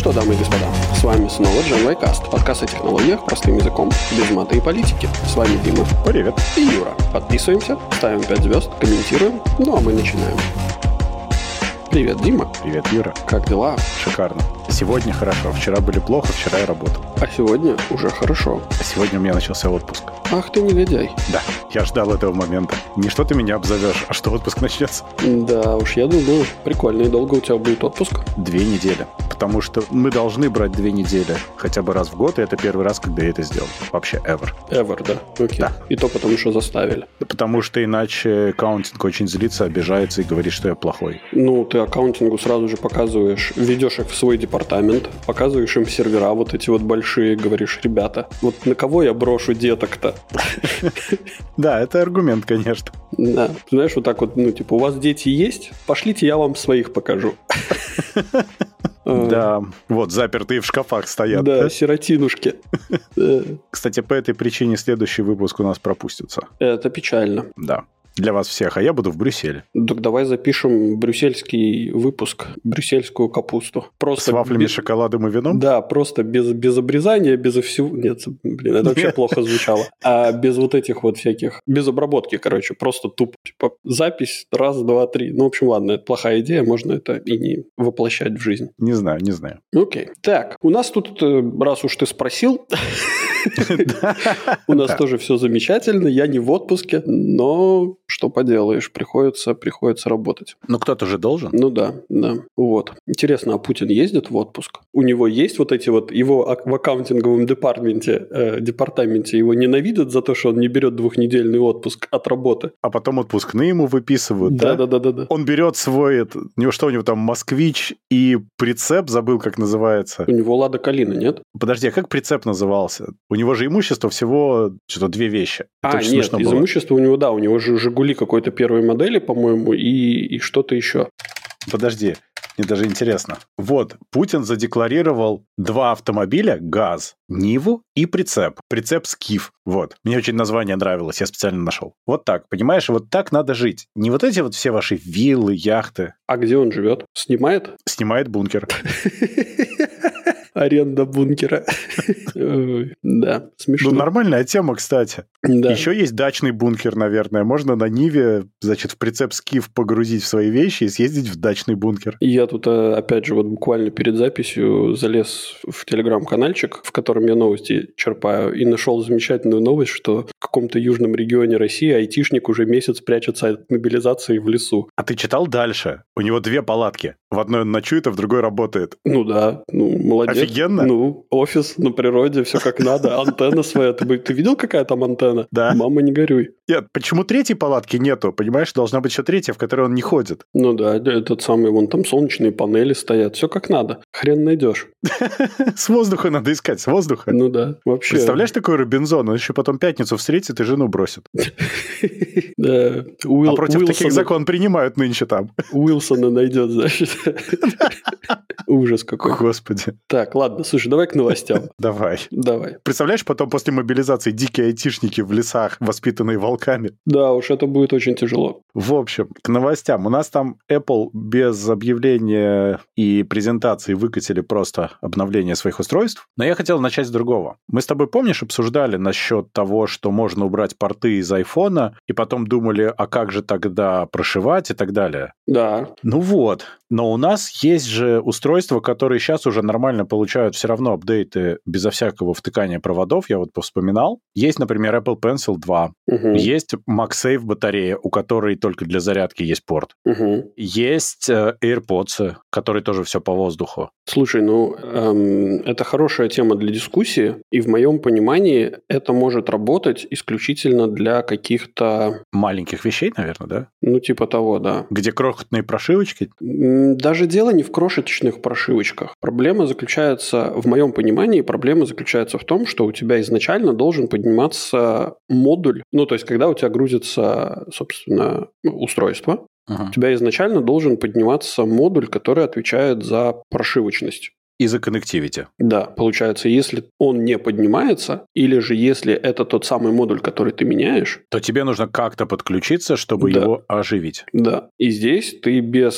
что, дамы и господа, с вами снова GenYcast, подкаст о технологиях простым языком, без мата и политики. С вами Дима. Привет. И Юра. Подписываемся, ставим 5 звезд, комментируем, ну а мы начинаем. Привет, Дима. Привет, Юра. Как дела? Шикарно. Сегодня хорошо. Вчера были плохо, вчера я работал. А сегодня уже хорошо. А сегодня у меня начался отпуск. Ах ты негодяй. Да, я ждал этого момента. Не что ты меня обзовешь, а что отпуск начнется. Да уж, я думаю, прикольно. И долго у тебя будет отпуск? 2 недели. Потому что мы должны брать 2 недели хотя бы раз в год, и это первый раз, когда я это сделал. Вообще, ever. Ever, да? Окей. Да. И то потому, что заставили. Потому что иначе аккаунтинг очень злится, обижается и говорит, что я плохой. Ну, ты аккаунтингу сразу же показываешь, ведешь их в свой департамент, показываешь им сервера вот эти вот большие, говоришь, ребята, вот на кого я брошу деток-то? Да, это аргумент, конечно. Да, знаешь, вот так вот, ну, типа, у вас дети есть? Пошлите, я вам своих покажу. Да, вот запертые в шкафах стоят. Да, сиротинушки. Кстати, по этой причине следующий выпуск у нас пропустится. Это печально. Да. Для вас всех, а я буду в Брюсселе. Так давай запишем брюссельский выпуск, брюссельскую капусту. Просто с вафлями, шоколадом и вином? Да, просто без обрезания, без всего... Нет, блин, это вообще плохо звучало. А без вот этих вот всяких... Без обработки, короче, просто тупо. Типа запись, раз, два, три. Ну, в общем, ладно, это плохая идея, можно это и не воплощать в жизнь. Не знаю, не знаю. Окей. Так, у нас тут, раз уж ты спросил... У нас тоже все замечательно, я не в отпуске, но что поделаешь, приходится работать. Ну, кто-то же должен. Ну да. Вот. Интересно, а Путин ездит в отпуск? У него есть вот эти вот, его в аккаунтинговом департаменте его ненавидят за то, что он не берет 2-недельный отпуск от работы? А потом отпускные ему выписывают, да? Да. Он берет свой, что у него там, москвич и прицеп, забыл, как называется. У него Лада Калина, нет? Подожди, а как прицеп назывался? У него же имущество всего что-то 2 вещи. Это нет, из имущества у него, да, у него же «Жигули» какой-то первой модели, по-моему, и что-то еще. Подожди, мне даже интересно. Вот, Путин задекларировал 2 автомобиля ГАЗ, Ниву и прицеп. Прицеп Скиф. Вот. Мне очень название нравилось, я специально нашел. Вот так, понимаешь, вот так надо жить. Не вот эти вот все ваши виллы, яхты. А где он живет? Снимает? Снимает бункер. Аренда бункера. Да, смешно. Ну, нормальная тема, кстати. Да. Еще есть дачный бункер, наверное. Можно на Ниве, значит, в прицеп Скиф погрузить в свои вещи и съездить в дачный бункер. Я тут, опять же, вот буквально перед записью залез в телеграм-канальчик, в котором я новости черпаю, и нашел замечательную новость, что в каком-то южном регионе России айтишник уже месяц прячется от мобилизации в лесу. А ты читал дальше? У него 2 палатки. В одной он ночует, а в другой работает. Ну да, молодец. Офигенно. Ну, офис на природе, все как надо. Антенна своя. Ты видел, какая там антенна? Да. Мама, не горюй. Нет, почему 3-й палатки нету? Понимаешь, должна быть еще 3-я, в которой он не ходит. Ну да, этот самый, вон там солнечные панели стоят. Все как надо. Хрен найдешь. С воздуха надо искать, с воздуха. Ну да, вообще. Представляешь, такой Робинзон, он еще потом пятницу встретит и жену бросит. Да. А против таких закон принимают нынче там. Уилсона найдет, значит. Ужас какой. Господи. Так, ладно, слушай, давай к новостям. Давай. Давай. Представляешь, потом после мобилизации дикие айтишники в лесах, воспитанные волками. Да уж, это будет очень тяжело. В общем, к новостям. У нас там Apple без объявления и презентации выкатили просто обновление своих устройств. Но я хотел начать с другого. Мы с тобой, помнишь, обсуждали насчет того, что можно убрать порты из айфона, и потом думали, а как же тогда прошивать и так далее? Да. Ну вот. Но у нас есть же устройства, которые сейчас уже нормально получают все равно апдейты безо всякого втыкания проводов. Я вот повспоминал. Есть, например, Apple Pencil 2. Есть MagSafe батарея, у которой только для зарядки есть порт. Есть AirPods, которые тоже все по воздуху. Слушай, это хорошая тема для дискуссии, и в моем понимании это может работать исключительно для каких-то... Маленьких вещей, наверное, да? Ну, типа того, да. Где крохотные прошивочки? Даже дело не в крошечных прошивочках. Проблема заключается, в моем понимании, в том, что у тебя изначально должен подниматься модуль, ну, то есть, когда у тебя грузится, собственно, устройство, у тебя изначально должен подниматься модуль, который отвечает за прошивочность. И за connectivity. Да, получается, если он не поднимается, или же если это тот самый модуль, который ты меняешь... То тебе нужно как-то подключиться, чтобы его оживить. Да, и здесь ты без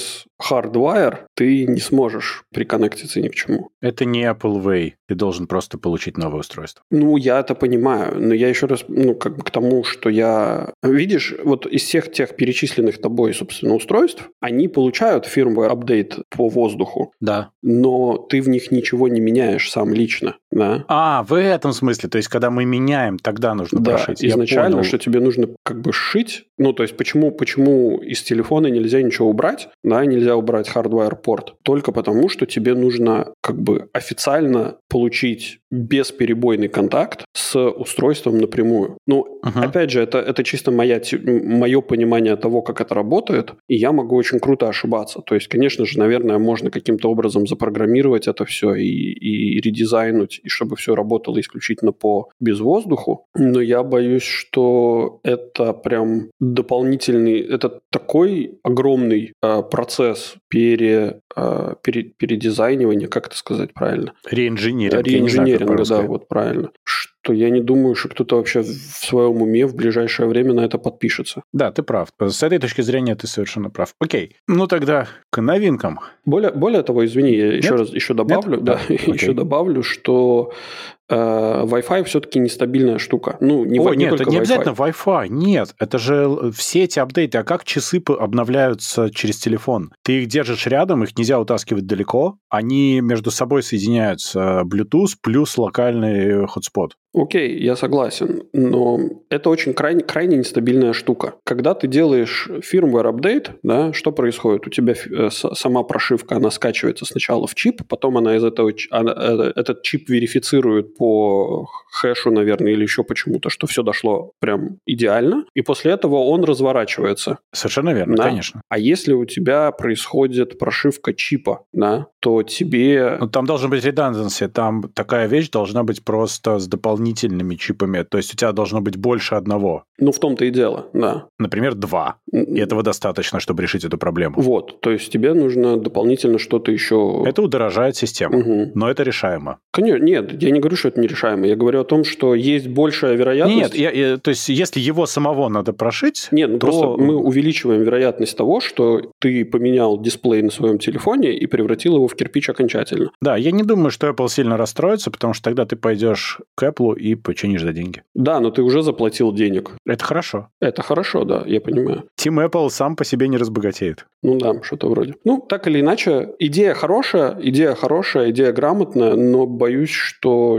hardwire, ты не сможешь приконнектиться ни к чему. Это не Apple Way. Ты должен просто получить новое устройство. Ну, я это понимаю, но я еще раз, как бы к тому, что я... Видишь, вот из всех тех перечисленных тобой, собственно, устройств, они получают firmware апдейт по воздуху. Да. Но ты в них ничего не меняешь сам лично, да? В этом смысле. То есть, когда мы меняем, тогда нужно прошить. Да, изначально, что тебе нужно как бы сшить. Ну, то есть, почему из телефона нельзя ничего убрать, да, нельзя убрать hardwire порт? Только потому, что тебе нужно как бы официально получить бесперебойный контакт с устройством напрямую. Ну, опять же, это чисто мое понимание того, как это работает, и я могу очень круто ошибаться. То есть, конечно же, наверное, можно каким-то образом запрограммировать это все и редизайнуть, и чтобы все работало исключительно по безвоздуху, но я боюсь, что это прям дополнительный, это такой огромный процесс передизайнивания, как это сказать правильно? Реинжиниринга, да, вот правильно. Что я не думаю, что кто-то вообще в своем уме в ближайшее время на это подпишется. Да, ты прав. С этой точки зрения ты совершенно прав. Окей. Ну тогда к новинкам. Более того, извини, я еще добавлю, еще добавлю, что Wi-Fi все-таки нестабильная штука. Ну, не нет, только это не Wi-Fi. обязательно Wi-Fi. Нет, это же все эти апдейты. А как часы обновляются через телефон? Ты их держишь рядом, их нельзя утаскивать далеко. Они между собой соединяются Bluetooth плюс локальный хотспот. Окей, я согласен, но это очень крайне нестабильная штука. Когда ты делаешь firmware апдейт, да, что происходит? У тебя сама прошивка, она скачивается сначала в чип, потом она из этого этот чип верифицирует по хэшу, наверное, или еще почему-то, что все дошло прям идеально, и после этого он разворачивается. Совершенно верно, да? Конечно. А если у тебя происходит прошивка чипа, да, то тебе... Ну, там должен быть redundancy, там такая вещь должна быть просто с дополнительными чипами, то есть у тебя должно быть больше одного. Ну, в том-то и дело, да. Например, 2. И этого достаточно, чтобы решить эту проблему. Вот, то есть тебе нужно дополнительно что-то еще... Это удорожает систему, но это решаемо. Конечно, нет, я не говорю, что это нерешаемо. Я говорю о том, что есть большая вероятность... Нет, то есть если его самого надо прошить... Нет, то... просто мы увеличиваем вероятность того, что ты поменял дисплей на своем телефоне и превратил его в кирпич окончательно. Да, я не думаю, что Apple сильно расстроится, потому что тогда ты пойдешь к Apple и починишь за деньги. Да, но ты уже заплатил денег. Это хорошо. Это хорошо, да, я понимаю. Team Apple сам по себе не разбогатеет. Ну да, что-то вроде. Ну, так или иначе, идея хорошая, идея грамотная, но боюсь, что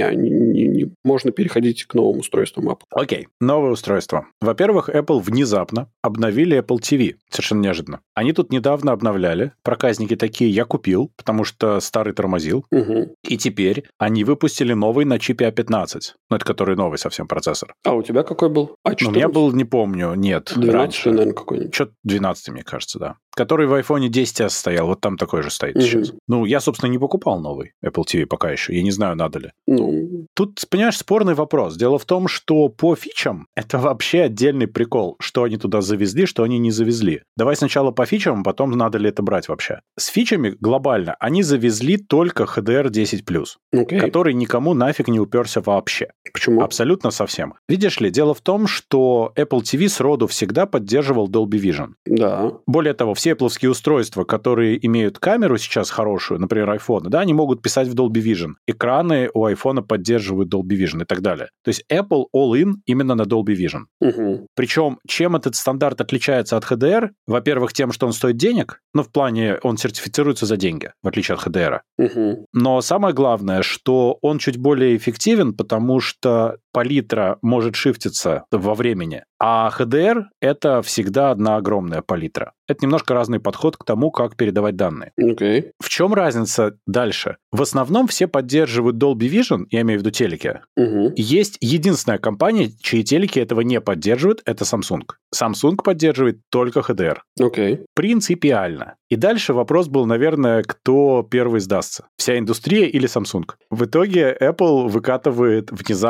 не можно переходить к новым устройствам Apple. Окей, новое устройство. Во-первых, Apple внезапно обновили Apple TV. Совершенно неожиданно. Они тут недавно обновляли. Проказники такие я купил, потому что старый тормозил. И теперь они выпустили новый на чипе A15. Ну, это который новый совсем процессор. А у тебя какой был? У меня был, не помню, нет. 12, наверное, какой-нибудь. Что-то 12, мне кажется, да. Который в iPhone 10s стоял, вот там такой же стоит сейчас. Ну, я, собственно, не покупал новый Apple TV пока еще. Я не знаю, надо ли. Тут, понимаешь, спорный вопрос. Дело в том, что по фичам это вообще отдельный прикол. Что они туда завезли, что они не завезли. Давай сначала по фичам, потом надо ли это брать вообще. С фичами глобально они завезли только HDR 10+, который никому нафиг не уперся вообще. Почему? Абсолютно совсем. Видишь ли, дело в том, что Apple TV сроду всегда поддерживал Dolby Vision. Да. Более того, все Apple'ские устройства, которые имеют камеру сейчас хорошую, например, iPhone, да, они могут писать в Dolby Vision. Экраны у iPhone поддерживают Dolby Vision и так далее. То есть Apple all-in именно на Dolby Vision. Причем, чем этот стандарт отличается от HDR? Во-первых, тем, что он стоит денег, ну, в плане он сертифицируется за деньги, в отличие от HDR. Но самое главное, что он чуть более эффективен, потому что палитра может шифтиться во времени, а HDR — это всегда одна огромная палитра. Это немножко разный подход к тому, как передавать данные. В чем разница дальше? В основном все поддерживают Dolby Vision, я имею в виду телеки. Есть единственная компания, чьи телеки этого не поддерживают, это Samsung. Samsung поддерживает только HDR. Принципиально. И дальше вопрос был, наверное, кто первый сдастся? Вся индустрия или Samsung? В итоге Apple выкатывает внезапно поддержку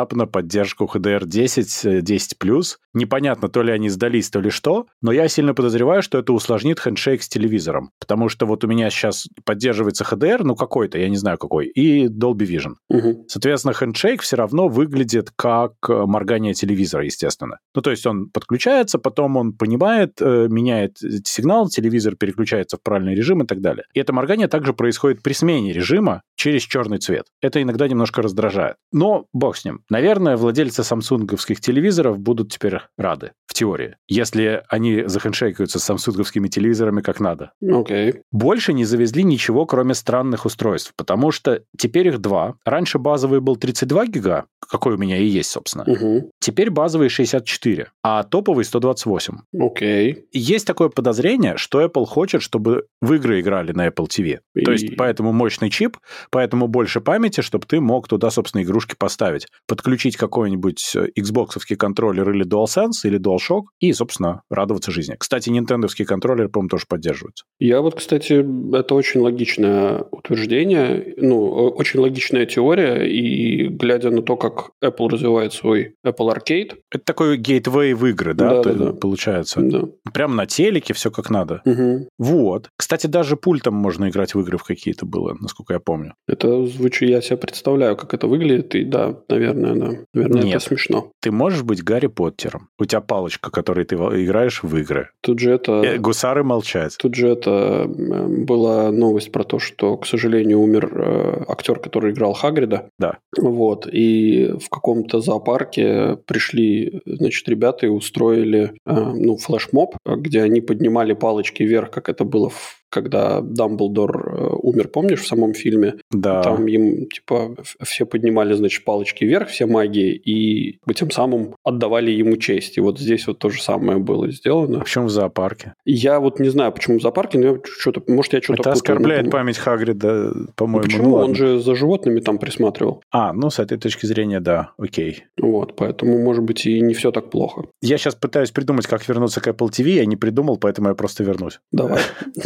поддержку HDR10, 10+. Непонятно, то ли они сдались, то ли что, но я сильно подозреваю, что это усложнит хендшейк с телевизором, потому что вот у меня сейчас поддерживается HDR, ну какой-то, я не знаю какой, и Dolby Vision. Угу. Соответственно, хендшейк все равно выглядит как моргание телевизора, естественно. Ну, то есть он подключается, потом он понимает, меняет сигнал, телевизор переключается в правильный режим и так далее. И это моргание также происходит при смене режима через черный цвет. Это иногда немножко раздражает. Но бог с ним. Наверное, владельцы самсунговских телевизоров будут теперь рады, в теории, если они захендшейкаются с самсунговскими телевизорами как надо. Окей. Больше не завезли ничего, кроме странных устройств, потому что теперь их два. Раньше базовый был 32 гига, какой у меня и есть, собственно. Угу. Теперь базовый 64, а топовый 128. Окей. Есть такое подозрение, что Apple хочет, чтобы в игры играли на Apple TV. То есть, поэтому мощный чип, поэтому больше памяти, чтобы ты мог туда, собственно, игрушки поставить. Подключить какой-нибудь Xbox-овский контроллер или DualSense, или DualShock и, собственно, радоваться жизни. Кстати, нинтендовские контроллеры, по-моему, тоже поддерживаются. Я вот, кстати, это очень логичное утверждение, очень логичная теория, и глядя на то, как Apple развивает свой Apple Arcade... Это такой гейтвей в игры, да, да. Получается? Да. Прямо на телеке все как надо. Угу. Вот. Кстати, даже пультом можно играть в игры в какие-то было, насколько я помню. Это звучит, я себе представляю, как это выглядит, и да, наверное, да. Наверное, Нет. Это смешно. Ты можешь быть Гарри Поттером. У тебя палочка, которой ты играешь в игры. Тут же это... Гусары молчат. Тут же это была новость про то, что, к сожалению, умер актер, который играл Хагрида. Да. Вот. И в каком-то зоопарке пришли, значит, ребята и устроили флешмоб, где они поднимали палочки вверх, как это было когда Дамблдор умер, помнишь, в самом фильме? Да. Там им, все поднимали, значит, палочки вверх, все маги, и тем самым отдавали ему честь. И вот здесь вот то же самое было сделано. А почему в зоопарке? Я вот не знаю, почему в зоопарке, но может, я что-то Это оскорбляет память Хагрида, по-моему. Почему? Он же за животными там присматривал. С этой точки зрения, да, окей. Вот, поэтому, может быть, и не все так плохо. Я сейчас пытаюсь придумать, как вернуться к Apple TV, я не придумал, поэтому я просто вернусь. Давай.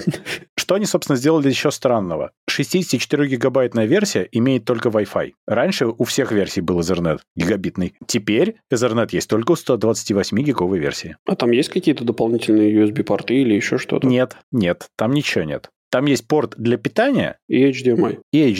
Что они, собственно, сделали еще странного? 64-гигабайтная версия имеет только Wi-Fi. Раньше у всех версий был Ethernet гигабитный. Теперь Ethernet есть только у 128-гиговой версии. А там есть какие-то дополнительные USB-порты или еще что-то? Нет, там ничего нет. Там есть порт для питания и HDMI.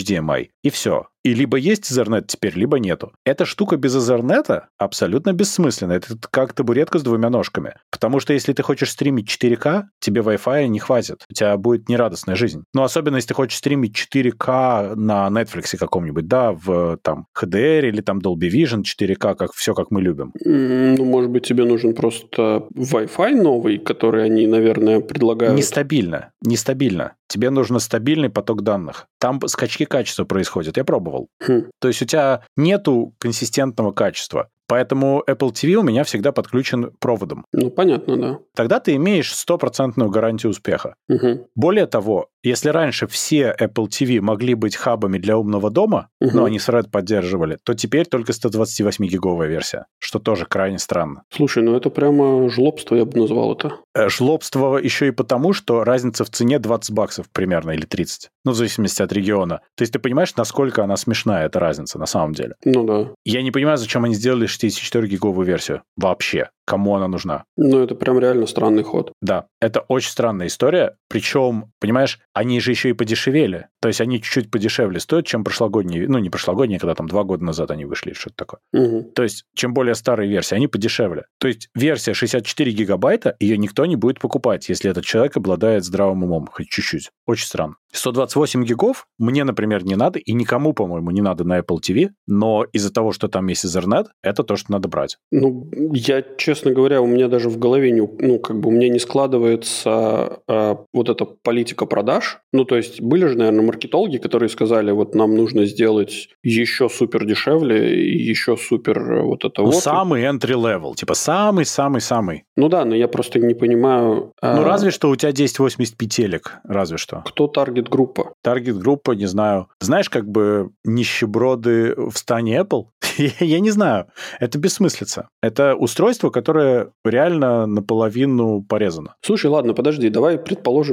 И все. И либо есть Ethernet теперь, либо нету. Эта штука без Ethernet абсолютно бессмысленна. Это как табуретка с двумя ножками. Потому что если ты хочешь стримить 4К, тебе Wi-Fi не хватит. У тебя будет нерадостная жизнь. Особенно если ты хочешь стримить 4К на Netflix каком-нибудь, да, в там HDR или там Dolby Vision 4К, все как мы любим. Может быть, тебе нужен просто Wi-Fi новый, который они, наверное, предлагают. Нестабильно. Тебе нужен стабильный поток данных. Там скачки качества происходят. Я пробовал. То есть у тебя нету консистентного качества. Поэтому Apple TV у меня всегда подключен проводом. Понятно, да. Тогда ты имеешь 100% гарантию успеха. Угу. Более того, если раньше все Apple TV могли быть хабами для умного дома, но они Thread поддерживали, то теперь только 128-гиговая версия, что тоже крайне странно. Слушай, это прямо жлобство, я бы назвал это. Жлобство еще и потому, что разница в цене $20 примерно или 30. В зависимости от региона. То есть ты понимаешь, насколько она смешная, эта разница на самом деле? Да. Я не понимаю, зачем они сделали 64-гиговую версию вообще. Кому она нужна? Это прям реально странный ход. Да, это очень странная история. Причем, понимаешь, они же еще и подешевели. То есть они чуть-чуть подешевле стоят, чем прошлогодние. Не прошлогодние, когда там 2 года назад они вышли, что-то такое. Угу. То есть, чем более старые версии, они подешевле. То есть версия 64 гигабайта, ее никто не будет покупать, если этот человек обладает здравым умом. Хоть чуть-чуть. Очень странно. 128 гигов мне, например, не надо, и никому, по-моему, не надо на Apple TV, но из-за того, что там есть Ethernet, это то, что надо брать. Я, честно говоря, у меня даже в голове у меня не складывается вот эта политика продаж. То есть были же, наверное, маркетологи, которые сказали, нам нужно сделать еще супер дешевле, и еще супер вот это Самый entry-level, самый-самый-самый. Да, но я просто не понимаю... разве что у тебя 1080p телек, разве что. Кто таргет-группа? Таргет-группа, не знаю. Знаешь, нищеброды в стане Apple? Я не знаю. Это бессмыслица. Это устройство, которое реально наполовину порезано. Слушай, ладно, подожди, давай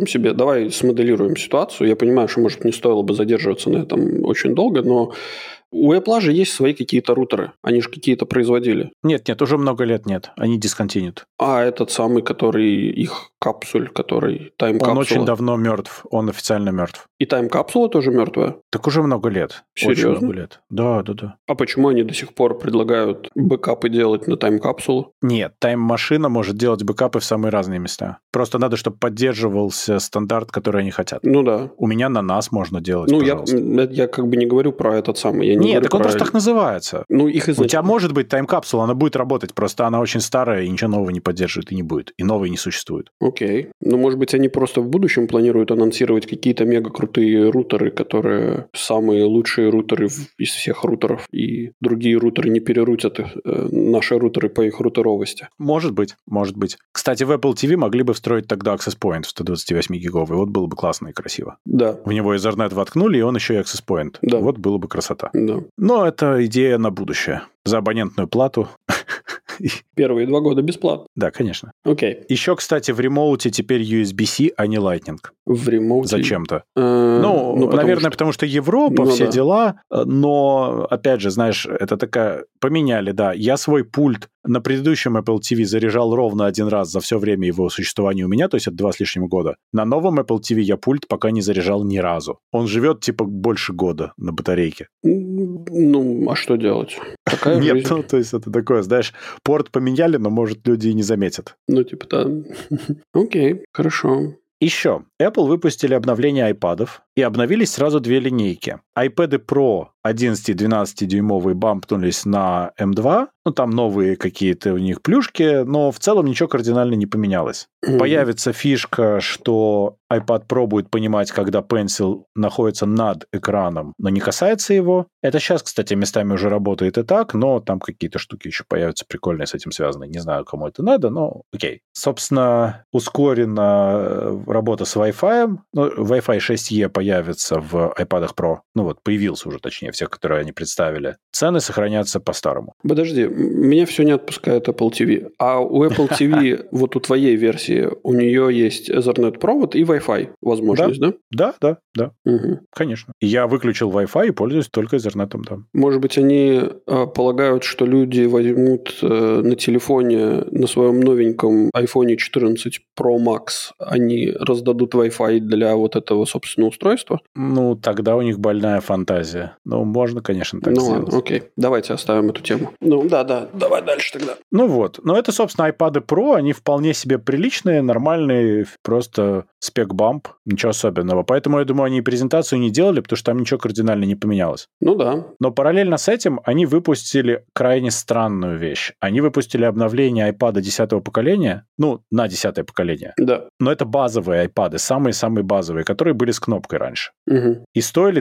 смоделируем ситуацию. Я понимаю, что, может, не стоило бы задерживаться на этом очень долго, но У Apple же есть свои какие-то рутеры. Они же какие-то производили. Нет, уже много лет нет. Они дисконтиньют. А этот самый, который их капсуль, который тайм-капсула. Он очень давно мертв. Он официально мертв. И тайм-капсула тоже мертвая? Так уже много лет. Серьезно? Очень много лет. Да. А почему они до сих пор предлагают бэкапы делать на тайм-капсулу? Нет, тайм-машина может делать бэкапы в самые разные места. Просто надо, чтобы поддерживался стандарт, который они хотят. Ну да. У меня на NAS можно делать, пожалуйста. Я как бы не говорю про этот самый. Нет, так он просто так называется. Ну, их изначально... У тебя может быть тайм-капсула, она будет работать, просто она очень старая и ничего нового не поддерживает и не будет. И новой не существует. Окей. Ну, может быть, они просто в будущем планируют анонсировать какие-то мега-крутые рутеры, которые самые лучшие рутеры из всех рутеров, и другие рутеры не перерутят наши рутеры по их рутеровости. Может быть. Кстати, в Apple TV могли бы встроить тогда Access Point 128-гиговый. Вот было бы классно и красиво. Да. В него Ethernet воткнули, и он еще и Access Point. Да. Вот было бы красота. Да. Но это идея на будущее. За абонентную плату. Первые 2 года бесплатно. Да, конечно. Окей. Еще, кстати, в ремоуте теперь USB-C, а не Lightning. В ремоуте? Зачем-то. Наверное, потому что Европа, все дела. Но, опять же, знаешь, это такая... Поменяли, да. Я свой пульт на предыдущем Apple TV заряжал ровно 1 раз за все время его существования у меня, то есть это 2 с лишним года. На новом Apple TV я пульт пока не заряжал ни разу. Он живет, типа, больше года на батарейке. Ну, а что делать? Такая Нет, жизнь. то есть это такое, знаешь, порт поменяли, но, может, люди и не заметят. Ну, типа, да. Окей, хорошо. Еще. Apple выпустили обновление iPad'ов, и обновились сразу 2 линейки. iPad Pro 11 и 12-дюймовые бампнулись на M2, там новые какие-то у них плюшки, но в целом ничего кардинально не поменялось. Появится фишка, что iPad Pro будет понимать, когда Pencil находится над экраном, но не касается его. Это сейчас, кстати, местами уже работает и так, но там какие-то штуки еще появятся прикольные с этим связаны. Не знаю, кому это надо, но окей. Собственно, ускорена работа с Wi-Fi. Wi-Fi 6E появится в iPad Pro. Появился уже, точнее, все, которые они представили. Цены сохранятся по-старому. Подожди, меня все не отпускает Apple TV. А у Apple TV, вот у твоей версии, у нее есть Ethernet-провод и Wi-Fi возможность, да? Да. Угу. Конечно. Я выключил Wi-Fi и пользуюсь только Ethernet, да. Может быть, они полагают, что люди возьмут на телефоне, на своем новеньком iPhone 14 Pro Max, они раздадут Wi-Fi для вот этого, собственно, устройства? Тогда у них больная фантазия. Можно, конечно, так сделать. Ладно, окей. Давайте оставим эту тему. Да. Давай дальше тогда. Но это, собственно, iPad Pro, они вполне себе приличные, нормальные, просто спек-бамп, ничего особенного. Поэтому, я думаю, они презентацию не делали, потому что там ничего кардинально не поменялось. Да. Но параллельно с этим они выпустили крайне странную вещь. Они выпустили обновление iPad 10-го поколения, на 10-е поколение. Да. Но это базовые iPad, самые-самые базовые, которые были с кнопкой раньше. Угу. И стоили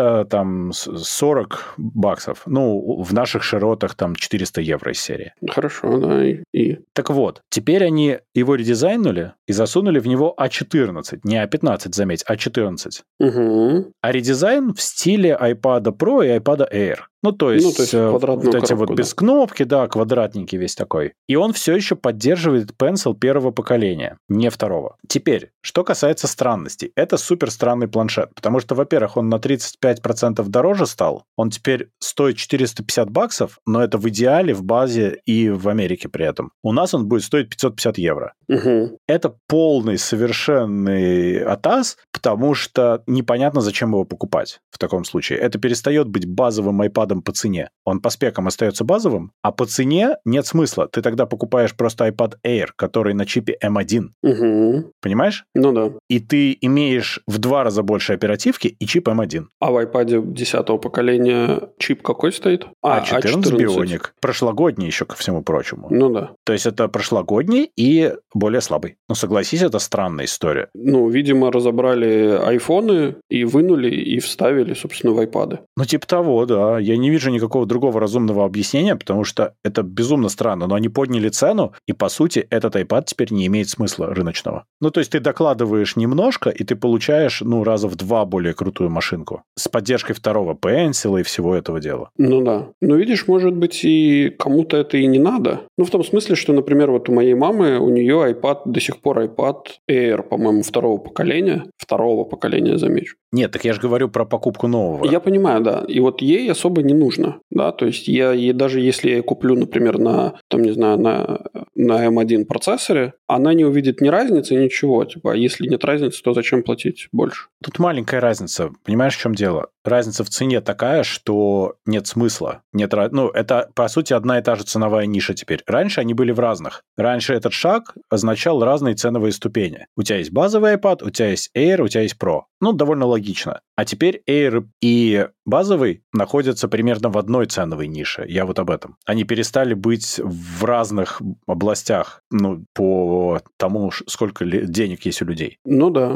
340 баксов. В наших широтах 400 евро из серии. Хорошо, да. Так вот, теперь они его редизайнули и засунули в него A14. Не A15, заметь, A14. Угу. А редизайн в стиле iPad Pro и iPad Air. То есть вот эти вот без кнопки, да, квадратненький весь такой. И он все еще поддерживает Pencil 1-го поколения, не 2-го. Теперь, что касается странностей. Это супер странный планшет, потому что, во-первых, он на 35% дороже стал. Он теперь стоит 450 баксов, но это в идеале, в базе и в Америке при этом. У нас он будет стоить 550 евро. Угу. Это полный, совершенный атас, потому что непонятно, зачем его покупать в таком случае. Это перестает быть базовым iPad по цене. Он по спекам остается базовым, а по цене нет смысла. Ты тогда покупаешь просто iPad Air, который на чипе M1. Угу. Понимаешь? Да. И ты имеешь в 2 раза больше оперативки и чип M1. А в iPad 10-го поколения чип какой стоит? A14 Bionic. Прошлогодний еще, ко всему прочему. Да. То есть это прошлогодний и более слабый. Согласись, это странная история. Видимо, разобрали айфоны и вынули, и вставили, собственно, в iPad. Типа того, да. Я не вижу никакого другого разумного объяснения, потому что это безумно странно. Но они подняли цену, и, по сути, этот iPad теперь не имеет смысла рыночного. То есть ты докладываешь немножко, и ты получаешь, раза в 2 более крутую машинку. С поддержкой 2-го Pencil и всего этого дела. Да. Но видишь, может быть, и кому-то это и не надо. В том смысле, что, например, вот у моей мамы, у нее iPad, до сих пор iPad Air, по-моему, 2-го поколения. 2-го поколения, замечу. Нет, так я же говорю про покупку нового. Я понимаю, да. И вот ей особо не не нужно, да, то есть даже если я куплю, например, на M1 процессоре, она не увидит ни разницы, ничего, типа, а если нет разницы, то зачем платить больше? Тут маленькая разница, понимаешь, в чем дело? Разница в цене такая, что нет смысла. Это, по сути, одна и та же ценовая ниша теперь. Раньше они были в разных. Раньше этот шаг означал разные ценовые ступени. У тебя есть базовый iPad, у тебя есть Air, у тебя есть Pro. Довольно логично. А теперь Air и базовый находятся примерно в одной ценовой нише. Я вот об этом. Они перестали быть в разных областях, по тому, сколько денег есть у людей. Ну да.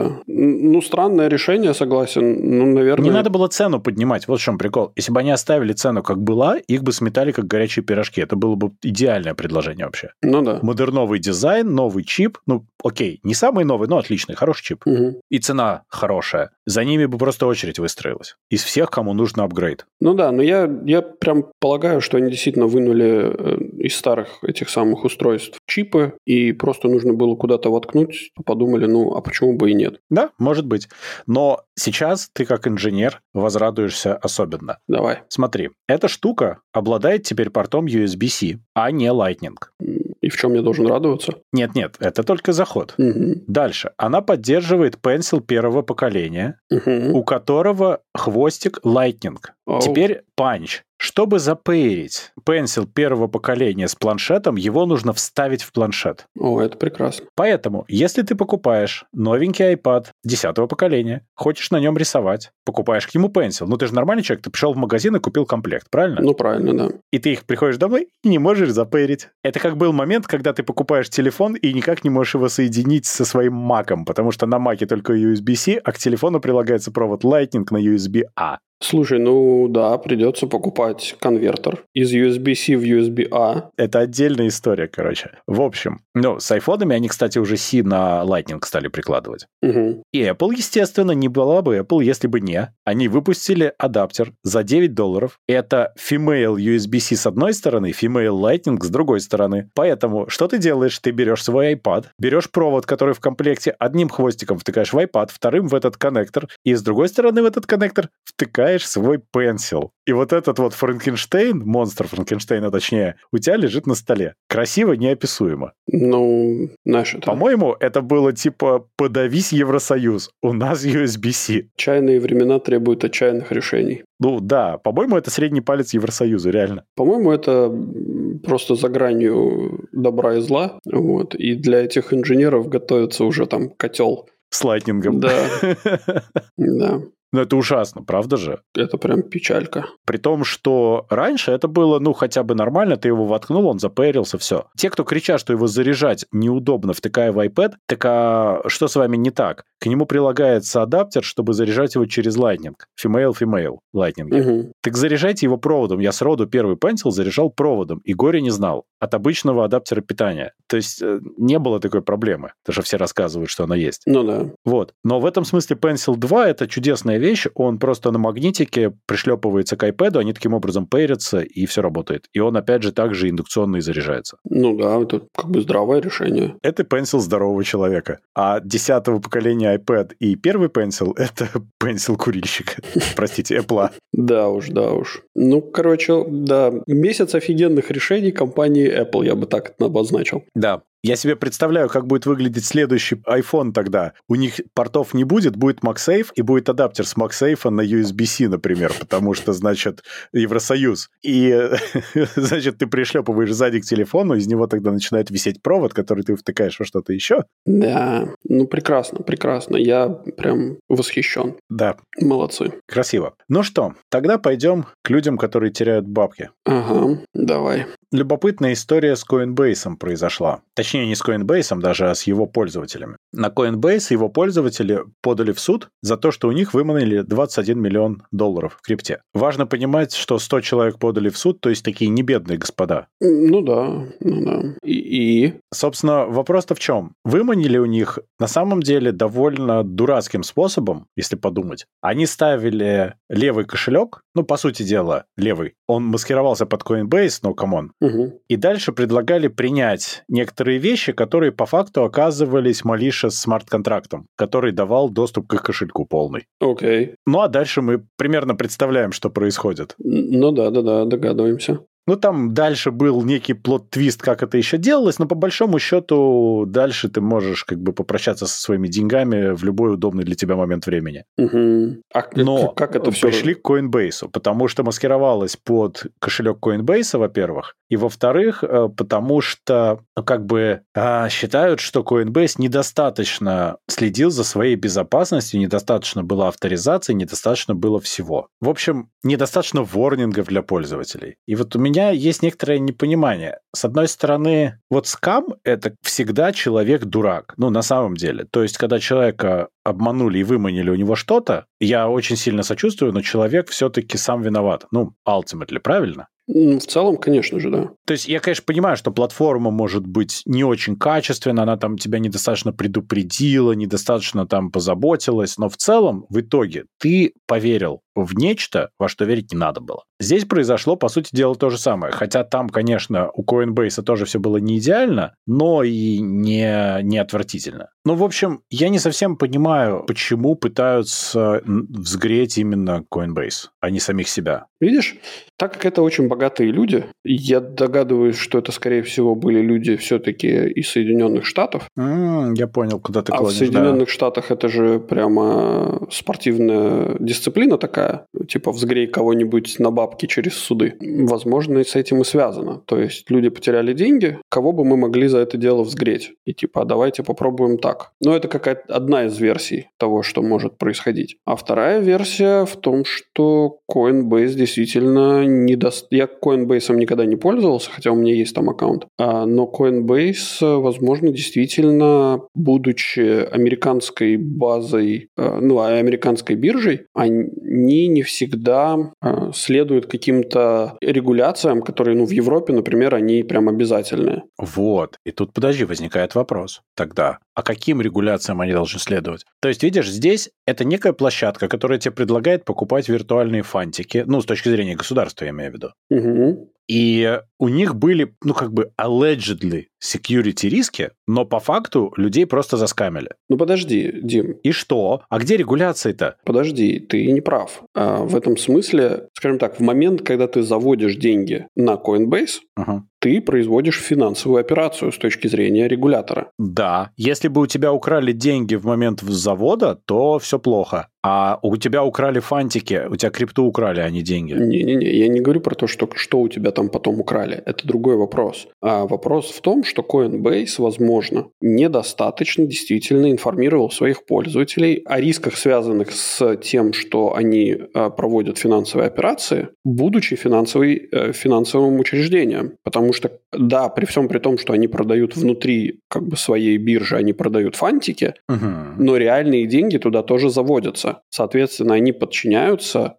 Странное решение, согласен. Наверное... Не надо было цену поднимать. Вот в чем прикол. Если бы они оставили цену как была, их бы сметали как горячие пирожки. Это было бы идеальное предложение вообще. Ну да. Модерновый дизайн, новый чип. Окей, не самый новый, но отличный, хороший чип. Угу. И цена хорошая. За ними бы просто очередь выстроилась. Из всех, кому нужен апгрейд. Ну да, но я прям полагаю, что они действительно вынули из старых этих самых устройств чипы, и просто нужно было куда-то воткнуть. Подумали, а почему бы и нет? Да, может быть. Но сейчас ты как инженер возрадуешься особенно. Давай. Смотри, эта штука обладает теперь портом USB-C, а не Lightning. И в чем я должен радоваться? Нет, это только заход. Угу. Дальше. Она поддерживает Pencil первого поколения, у которого хвостик Lightning. Теперь Punch. Чтобы запеерить Pencil первого поколения с планшетом, его нужно вставить в планшет. Это прекрасно. Поэтому, если ты покупаешь новенький iPad 10-го поколения, хочешь на нем рисовать, покупаешь к нему Pencil. Ты же нормальный человек, ты пришел в магазин и купил комплект, правильно? Правильно, да. И ты их приходишь домой и не можешь запеерить. Это как был момент, когда ты покупаешь телефон и никак не можешь его соединить со своим Mac'ом, потому что на Mac'е только USB-C, а к телефону прилагается провод Lightning на USB-A. Слушай, да, придется покупать конвертер из USB-C в USB-A. Это отдельная история, короче. В общем, с айфонами они, кстати, уже C на Lightning стали прикладывать. Угу. И Apple, естественно, не была бы Apple, если бы не. Они выпустили адаптер за $9. Это Female USB-C с одной стороны, Female Lightning с другой стороны. Поэтому что ты делаешь? Ты берешь свой iPad, берешь провод, который в комплекте, одним хвостиком втыкаешь в iPad, вторым в этот коннектор, и с другой стороны в этот коннектор втыкаешь свой Pencil. И вот этот вот Франкенштейн, монстр Франкенштейна точнее, у тебя лежит на столе. Красиво, неописуемо. Знаешь, это... По-моему, это было типа «подавись, Евросоюз, у нас USB-C». Чайные времена требуют отчаянных решений. Да, по-моему, это средний палец Евросоюзу, реально. По-моему, это просто за гранью добра и зла. И для этих инженеров готовится уже там котел. С лайтнингом. Да. Да. Но это ужасно, правда же? Это прям печалька. При том, что раньше это было, хотя бы нормально, ты его воткнул, он запэрился, все. Те, кто кричат, что его заряжать неудобно, втыкая в iPad, так а что с вами не так? К нему прилагается адаптер, чтобы заряжать его через Lightning. Female Lightning. Угу. Так заряжайте его проводом. Я сроду первый Pencil заряжал проводом, и горе не знал. От обычного адаптера питания. То есть не было такой проблемы. Потому что все рассказывают, что она есть. Да. Вот. Но в этом смысле Pencil 2 это чудесная вещь. Он просто на магнитике пришлепывается к iPad, они таким образом пейрятся, и все работает. И он, опять же, также индукционно и заряжается. Да, это как бы здравое решение. Это Pencil здорового человека. А 10-го поколения iPad и первый Pencil — это Pencil курильщика. Простите, Apple. Да уж. Короче, да, месяц офигенных решений компании Apple, я бы так это обозначил. Да. Я себе представляю, как будет выглядеть следующий iPhone тогда. У них портов не будет MagSafe, и будет адаптер с MagSafe на USB-C, например, потому что, значит, Евросоюз. И, значит, ты пришлепываешь сзади к телефону, из него тогда начинает висеть провод, который ты втыкаешь во что-то еще. Да, прекрасно. Я прям восхищен. Да. Молодцы. Красиво. Ну что, тогда пойдем к людям, которые теряют бабки. Ага, давай. Любопытная история с Coinbase произошла. Точнее, не с Coinbase даже, а с его пользователями. На Coinbase его пользователи подали в суд за то, что у них выманили $21 миллион в крипте. Важно понимать, что 100 человек подали в суд, то есть такие небедные господа. Ну да. И? Собственно, вопрос-то в чем? Выманили у них на самом деле довольно дурацким способом, если подумать. Они ставили левый кошелек, по сути дела, левый. Он маскировался под Coinbase, но камон. И дальше предлагали принять некоторые вещи, которые по факту оказывались malicious смарт-контрактом, который давал доступ к их кошельку полный. Окей. Ну, а дальше мы примерно представляем, что происходит. Ну да, догадываемся. Ну, там дальше был некий плот-твист, как это еще делалось, но по большому счету дальше ты можешь как бы попрощаться со своими деньгами в любой удобный для тебя момент времени. Но как это все... пришли к Coinbase, потому что маскировалось под кошелек Coinbase, во-первых, и во-вторых, потому что как бы считают, что Coinbase недостаточно следил за своей безопасностью, недостаточно было авторизации, недостаточно было всего. В общем, недостаточно ворнингов для пользователей. И вот у меня есть некоторое непонимание. С одной стороны, вот скам — это всегда человек-дурак. Ну, на самом деле. То есть, когда человека обманули и выманили у него что-то, я очень сильно сочувствую, но человек все-таки сам виноват. Ну, ultimately, правильно? В целом, конечно же, да. То есть я, конечно, понимаю, что платформа может быть не очень качественна, она там тебя недостаточно предупредила, недостаточно там позаботилась, но в целом, в итоге, ты поверил в нечто, во что верить не надо было. Здесь произошло, по сути дела, то же самое. Хотя там, конечно, у Coinbase тоже все было не идеально, но и не отвратительно. Ну, в общем, я не совсем понимаю, почему пытаются взгреть именно Coinbase, а не самих себя. Видишь, так как это очень богатые люди, я догадываюсь, что это, скорее всего, были люди все-таки из Соединенных Штатов. Я понял, куда ты клонишь. А в Соединенных Штатах это же прямо спортивная дисциплина такая, типа взгрей кого-нибудь на бабки через суды. Возможно, и с этим и связано. То есть люди потеряли деньги, кого бы мы могли за это дело взгреть? И типа, давайте попробуем так. Но это какая-то одна из версий того, что может происходить. А вторая версия в том, что Coinbase действительно Я Coinbase я никогда не пользовался, хотя у меня есть там аккаунт. Но Coinbase, возможно, действительно, будучи американской базой, американской биржей, они не всегда следуют каким-то регуляциям, которые, в Европе, например, они прям обязательные. Вот. И тут, подожди, возникает вопрос тогда. А каким регуляциям они должны следовать? То есть, видишь, здесь это некая площадка, которая тебе предлагает покупать виртуальные фантики, с точки зрения государства, я имею в виду. Угу. И у них были, allegedly security риски, но по факту людей просто заскамили. Подожди, Дим. И что? А где регуляции-то? Подожди, ты не прав. В этом смысле, скажем так, в момент, когда ты заводишь деньги на Coinbase, ты производишь финансовую операцию с точки зрения регулятора. Да. Если бы у тебя украли деньги в момент завода, то все плохо. А у тебя украли фантики, у тебя крипту украли, а не деньги. Не-не-не, я не говорю про то, что у тебя там потом украли. Это другой вопрос. А вопрос в том, что Coinbase, возможно, недостаточно действительно информировал своих пользователей о рисках, связанных с тем, что они проводят финансовые операции, будучи финансовым учреждением. Потому что, да, при всем при том, что они продают внутри своей биржи, они продают фантики, но реальные деньги туда тоже заводятся. Соответственно, они подчиняются,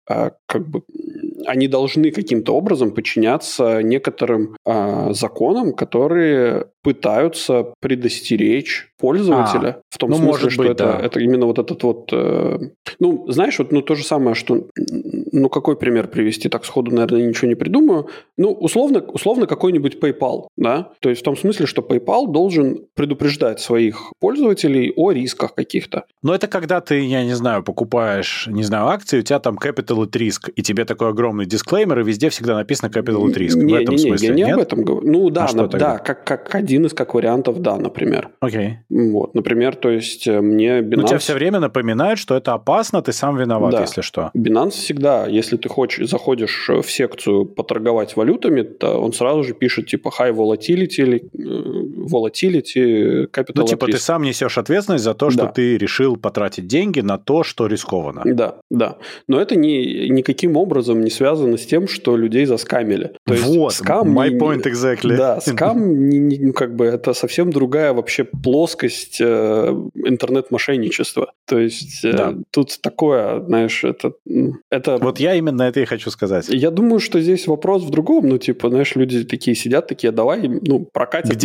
они должны каким-то образом подчиняться некоторым законам, которые пытаются предостеречь пользователя в том смысле, может что быть, это именно вот этот вот... знаешь, то же самое, что... какой пример привести? Так сходу, наверное, ничего не придумаю. Условно какой-нибудь PayPal, да? То есть в том смысле, что PayPal должен предупреждать своих пользователей о рисках каких-то. Но это когда ты, я не знаю, покупаешь, акции, у тебя там capital at risk, и тебе такой огромный дисклеймер, и везде всегда написано capital at risk. В этом смысле, я не нет? об этом говорю. Как один из вариантов, да, например. Окей. Вот, например, то есть мне Binance... тебя все время напоминают, что это опасно, ты сам виноват, если что. Binance всегда, если ты заходишь в секцию поторговать валютами, то он сразу же пишет типа high volatility или volatility, capital at risk. Ты сам несешь ответственность за то, что ты решил потратить деньги на то, что рискованно. Да. Но это никаким образом не связано с тем, что людей заскамили. То есть скам... my point exactly. Да, скам это совсем другая вообще плоскость интернет-мошенничества. То есть тут такое, знаешь, это... Вот я именно это и хочу сказать. Я думаю, что здесь вопрос в другом. Люди такие сидят, давай, прокатят. Где деньги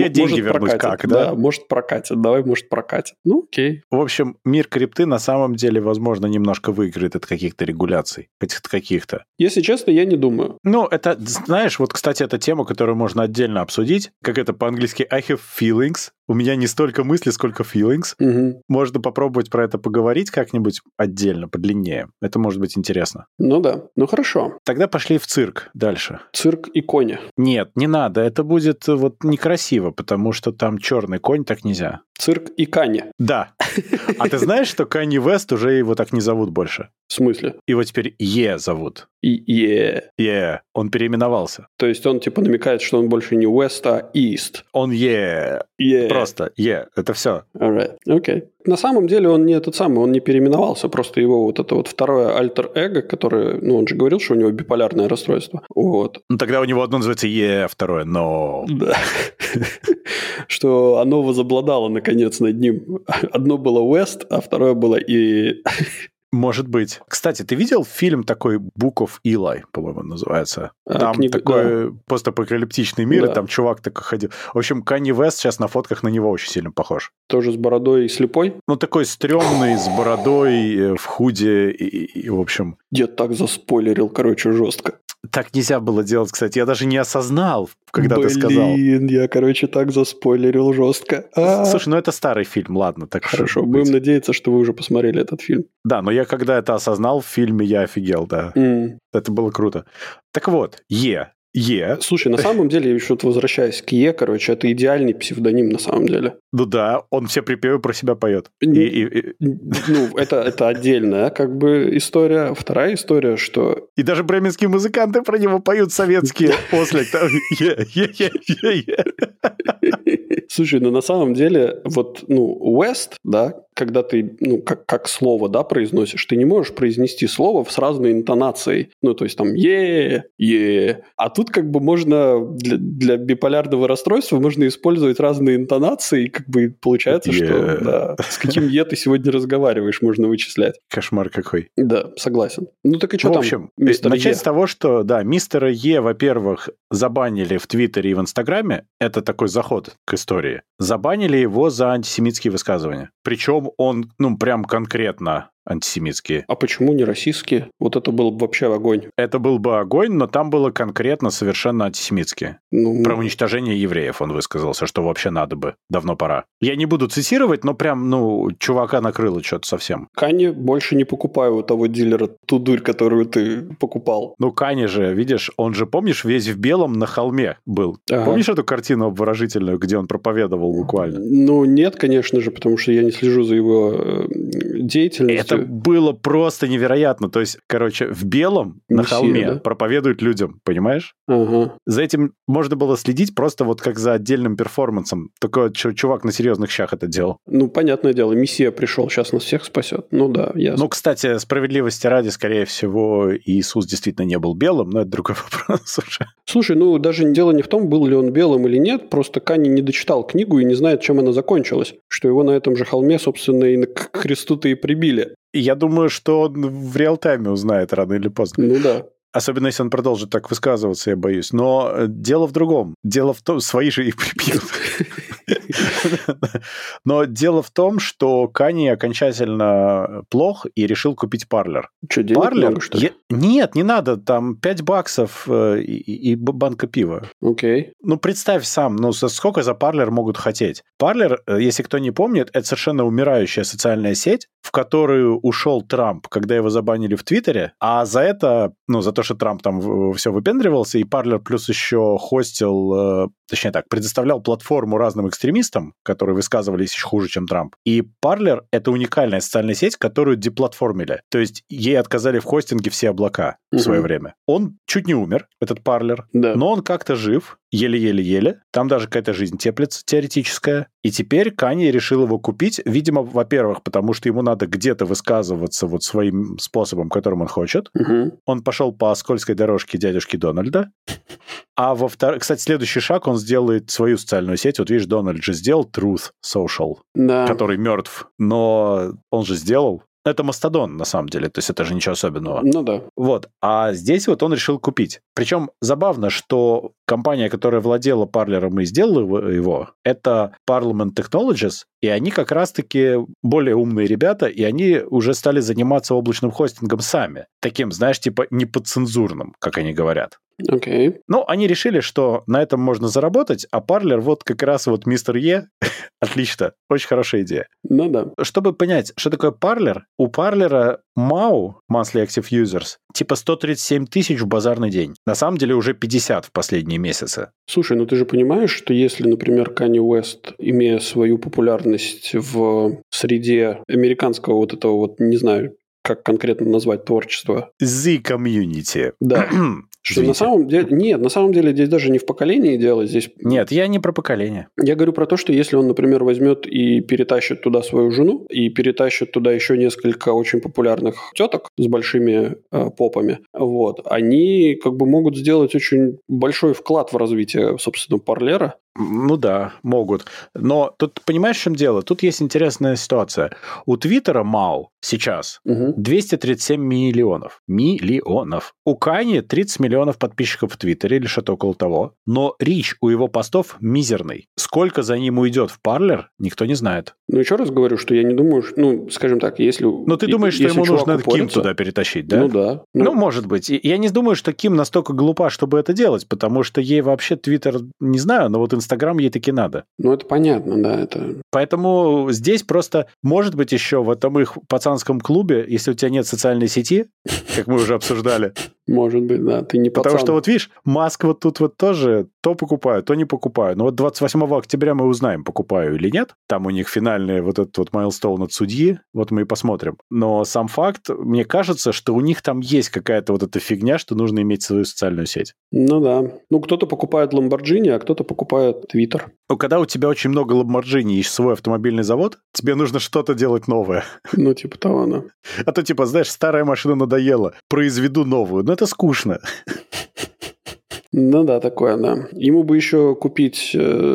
провернуть прокатит. как, да? Да, может прокатит. Давай, может прокатит. Ну, окей. В общем, мир крипты на самом деле, возможно, немножко выиграет от каких-то регуляций. Каких-то. Если честно, я не думаю. Ну, это, знаешь, вот, кстати, это тема, которую можно отдельно обсудить. Как это по-английски I have feelings. У меня не столько мыслей, сколько feelings. Угу. Можно попробовать про это поговорить как-нибудь отдельно, подлиннее. Это может быть интересно. Ну да. Ну хорошо. Тогда пошли в цирк дальше. Цирк и кони. Нет, не надо. Это будет вот некрасиво, потому что там черный конь, так нельзя. Цирк и Кани. Да. А ты знаешь, что Канье Вест уже его так не зовут больше? В смысле? Его теперь Е зовут. Е. Он переименовался. То есть он типа намекает, что он больше не West, а East. Он Е. Просто Е. Это все. Alright. Окей. На самом деле он не этот самый, он не переименовался, просто его вот это вот второе альтер-эго, которое, ну, он же говорил, что у него биполярное расстройство. Вот. Ну, тогда у него одно называется Е, второе Но. Да. Что оно возобладало, наконец, над ним. Одно было West, а второе было и... Может быть. Кстати, ты видел фильм такой Book of Eli, по-моему, называется? Там такой постапокалиптичный мир, и там чувак такой ходил. В общем, Канье Вест сейчас на фотках на него очень сильно похож. Тоже с бородой и слепой? Ну, такой стрёмный, с бородой, в худе, и в общем... Дед так заспойлерил, короче, жестко. Так нельзя было делать, кстати. Я даже не осознал, когда ты сказал. Блин, я, короче, так заспойлерил жестко. Слушай, ну это старый фильм, ладно. Так хорошо, будем надеяться, что вы уже посмотрели этот фильм. Да, но я когда это осознал в фильме, я офигел, да. Это было круто. Так вот, Е. Слушай, на самом деле, я еще возвращаюсь к Е, короче, это идеальный псевдоним на самом деле. Ну да, он все припевы про себя поет. Ну, это отдельная как бы история. Вторая история, что... И даже бременские музыканты про него поют советские после. Слушай, ну на самом деле, вот, ну, West, да, когда ты, ну, как слово, да, произносишь, ты не можешь произнести слово с разной интонацией. Ну, то есть там е. А тут как бы можно для биполярного расстройства можно использовать разные интонации, и как бы получается, что да, с каким е ты сегодня разговариваешь, можно вычислять. Кошмар какой. Да, согласен. Ну так и что там? В общем, начать с того, что, да, мистера Е, во-первых, забанили в Твиттере и в Инстаграме. Это такой заход к истории. Забанили его за антисемитские высказывания. Причем он, ну, прям конкретно антисемитские. А почему не российские? Вот это был бы вообще огонь. Это был бы огонь, но там было конкретно совершенно антисемитские. Про уничтожение евреев он высказался, что вообще надо бы. Давно пора. Я не буду цитировать, но прям, ну, чувака накрыло что-то совсем. Канье больше не покупаю у того дилера ту дурь, которую ты покупал. Ну, Канье же, видишь, он же, помнишь, весь в белом на холме был. Ага. Помнишь эту картину обворожительную, где он проповедовал буквально? Ну, нет, конечно же, потому что я не слежу за его деятельностью. Это было просто невероятно. То есть, короче, в белом на холме проповедуют людям, понимаешь? Ага. За этим можно было следить просто вот как за отдельным перформансом. Только чувак на серьезных щах это делал. Ну, понятное дело, Мессия пришел, сейчас нас всех спасет. Ну да, ясно. Ну, кстати, справедливости ради, скорее всего, Иисус действительно не был белым, но это другой вопрос уже. Слушай, ну, даже дело не в том, был ли он белым или нет, просто Канье не дочитал книгу и не знает, чем она закончилась. Что его на этом же холме, собственно, и к кресту-то и прибили. Я думаю, что он в реал-тайме узнает рано или поздно. Ну да. Особенно, если он продолжит так высказываться, я боюсь. Но дело в другом. Дело в том... Свои же и прибьют. Но дело в том, что Канье окончательно плох и решил купить Parler. Что, денег много, что ли? Нет, не надо. Там $5 и банка пива. Окей. Ну, представь сам, ну, сколько за Parler могут хотеть? Parler, если кто не помнит, это совершенно умирающая социальная сеть, в которую ушел Трамп, когда его забанили в Твиттере, а за это, ну, за то, что Трамп там все выпендривался, и Parler плюс еще хостил, точнее так, предоставлял платформу разным экстремистам, которые высказывались еще хуже, чем Трамп. И Parler — это уникальная социальная сеть, которую деплатформили. То есть ей отказали в хостинге все облака в свое время. Он чуть не умер, этот Parler, но он как-то жив, еле-еле-еле. Там даже какая-то жизнь теплится теоретическая. И теперь Канье решил его купить, видимо, во-первых, потому что ему надо где-то высказываться вот своим способом, которым он хочет. Он пошел по скользкой дорожке дядюшки Дональда. А во-вторых, кстати, следующий шаг, он сделает свою социальную сеть. Вот видишь, Дональд же сделал Truth Social, который мертв, но он же сделал. Это Мастодон, на самом деле, то есть это же ничего особенного. Ну да. Вот, а здесь вот он решил купить. Причем забавно, что компания, которая владела Parler и сделала его, это Parliament Technologies, и они как раз-таки более умные ребята, и они уже стали заниматься облачным хостингом сами. Таким, знаешь, типа неподцензурным, как они говорят. Окей. Ну, они решили, что на этом можно заработать, а Parler вот как раз вот мистер Е. Отлично. Очень хорошая идея. Ну да. Чтобы понять, что такое Parler, у Parler MAU, Monthly Active Users, типа 137 тысяч в базарный день. На самом деле уже 50 в последние месяцы. Слушай, ну ты же понимаешь, что если, например, Kanye West, имея свою популярность в среде американского вот этого вот, не знаю, как конкретно назвать творчество. The Community. Да. Что на самом деле... Нет, на самом деле здесь даже не в поколении дело. Здесь... Нет, я не про поколение. Я говорю про то, что если он, например, возьмет и перетащит туда свою жену, и перетащит туда еще несколько очень популярных теток с большими попами, вот, они как бы могут сделать очень большой вклад в развитие, собственно, Парлера. Ну да, могут. Но тут, понимаешь, в чем дело? Тут есть интересная ситуация. У Твиттера MAU сейчас 237 миллионов. Миллионов. У Кани 30 миллионов подписчиков в Твиттере или что-то около того. Но рич у его постов мизерный. Сколько за ним уйдет в Parler, никто не знает. Ну, еще раз говорю, что я не думаю, ну, скажем так, если... Ну, ты думаешь, что ему нужно Ким туда перетащить, да? Ну, да. Ну, может быть. Я не думаю, что Ким настолько глупа, чтобы это делать, потому что ей вообще Твиттер, не знаю, но вот Инстаграм ей таки надо. Ну, это понятно, да. Это... Поэтому здесь просто, может быть, еще в этом их пацанском клубе, если у тебя нет социальной сети, как мы уже обсуждали. Может быть, да, ты не пацан. Потому что вот видишь, Маск вот тут вот тоже то покупаю, то не покупаю. Но вот 28 октября мы узнаем, покупаю или нет. Там у них финальный вот этот вот майлстоун от судьи, вот мы и посмотрим. Но сам факт, мне кажется, что у них там есть какая-то вот эта фигня, что нужно иметь свою социальную сеть. Ну да. Ну, кто-то покупает Lamborghini, а кто-то покупает Twitter. Ну, когда у тебя очень много Lamborghini и свой автомобильный завод, тебе нужно что-то делать новое. Ну, типа того, да. А то, типа, знаешь, старая машина надоела, произведу новую. Но это скучно. Ну да, такое, да. Ему бы еще купить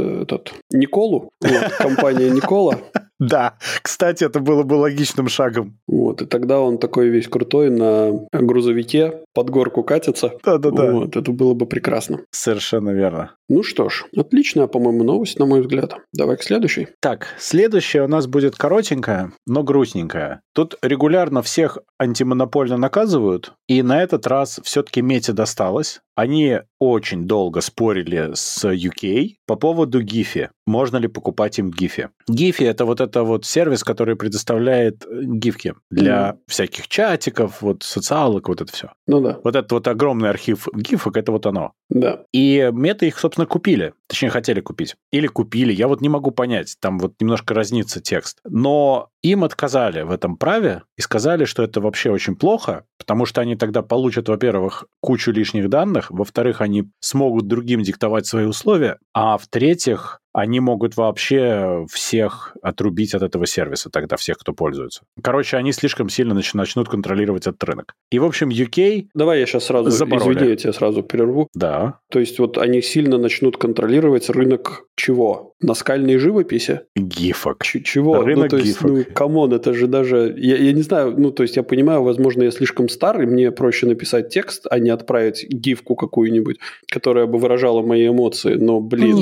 Николу, вот, компания Никола. Да, кстати, это было бы логичным шагом. Вот, и тогда он такой весь крутой на грузовике под горку катится. Да-да-да. Вот, это было бы прекрасно. Совершенно верно. Ну что ж, отличная, по-моему, новость, на мой взгляд. Давай к следующей. Так, следующая у нас будет коротенькая, но грустненькая. Тут регулярно всех антимонопольно наказывают, и на этот раз все-таки Мете досталось. Они очень долго спорили с UK по поводу Giphy. Можно ли покупать им Giphy? Giphy — это вот сервис, который предоставляет гифки для всяких чатиков, вот социалок, вот это все. Ну да. Вот этот вот огромный архив гифок — это вот оно. Да. И Мета их, собственно, купили. Точнее, хотели купить. Или купили. Я вот не могу понять. Там вот немножко разнится текст. Но им отказали в этом праве и сказали, что это вообще очень плохо, потому что они тогда получат, во-первых, кучу лишних данных, во-вторых, они смогут другим диктовать свои условия, а в-третьих, они могут вообще всех отрубить от этого сервиса, тогда всех, кто пользуется. Короче, они слишком сильно начнут контролировать этот рынок. И, в общем, UK Давай я сейчас сразу, извини, я тебя сразу перерву. Да. То есть вот они сильно начнут контролировать рынок чего? Наскальной живописи? Гифок. Чего? Рынок ну, то есть, гифок. Ну, камон, это же даже... Я не знаю, ну, то есть я понимаю, возможно, я слишком старый, мне проще написать текст, а не отправить гифку какую-нибудь, которая бы выражала мои эмоции, но, блин...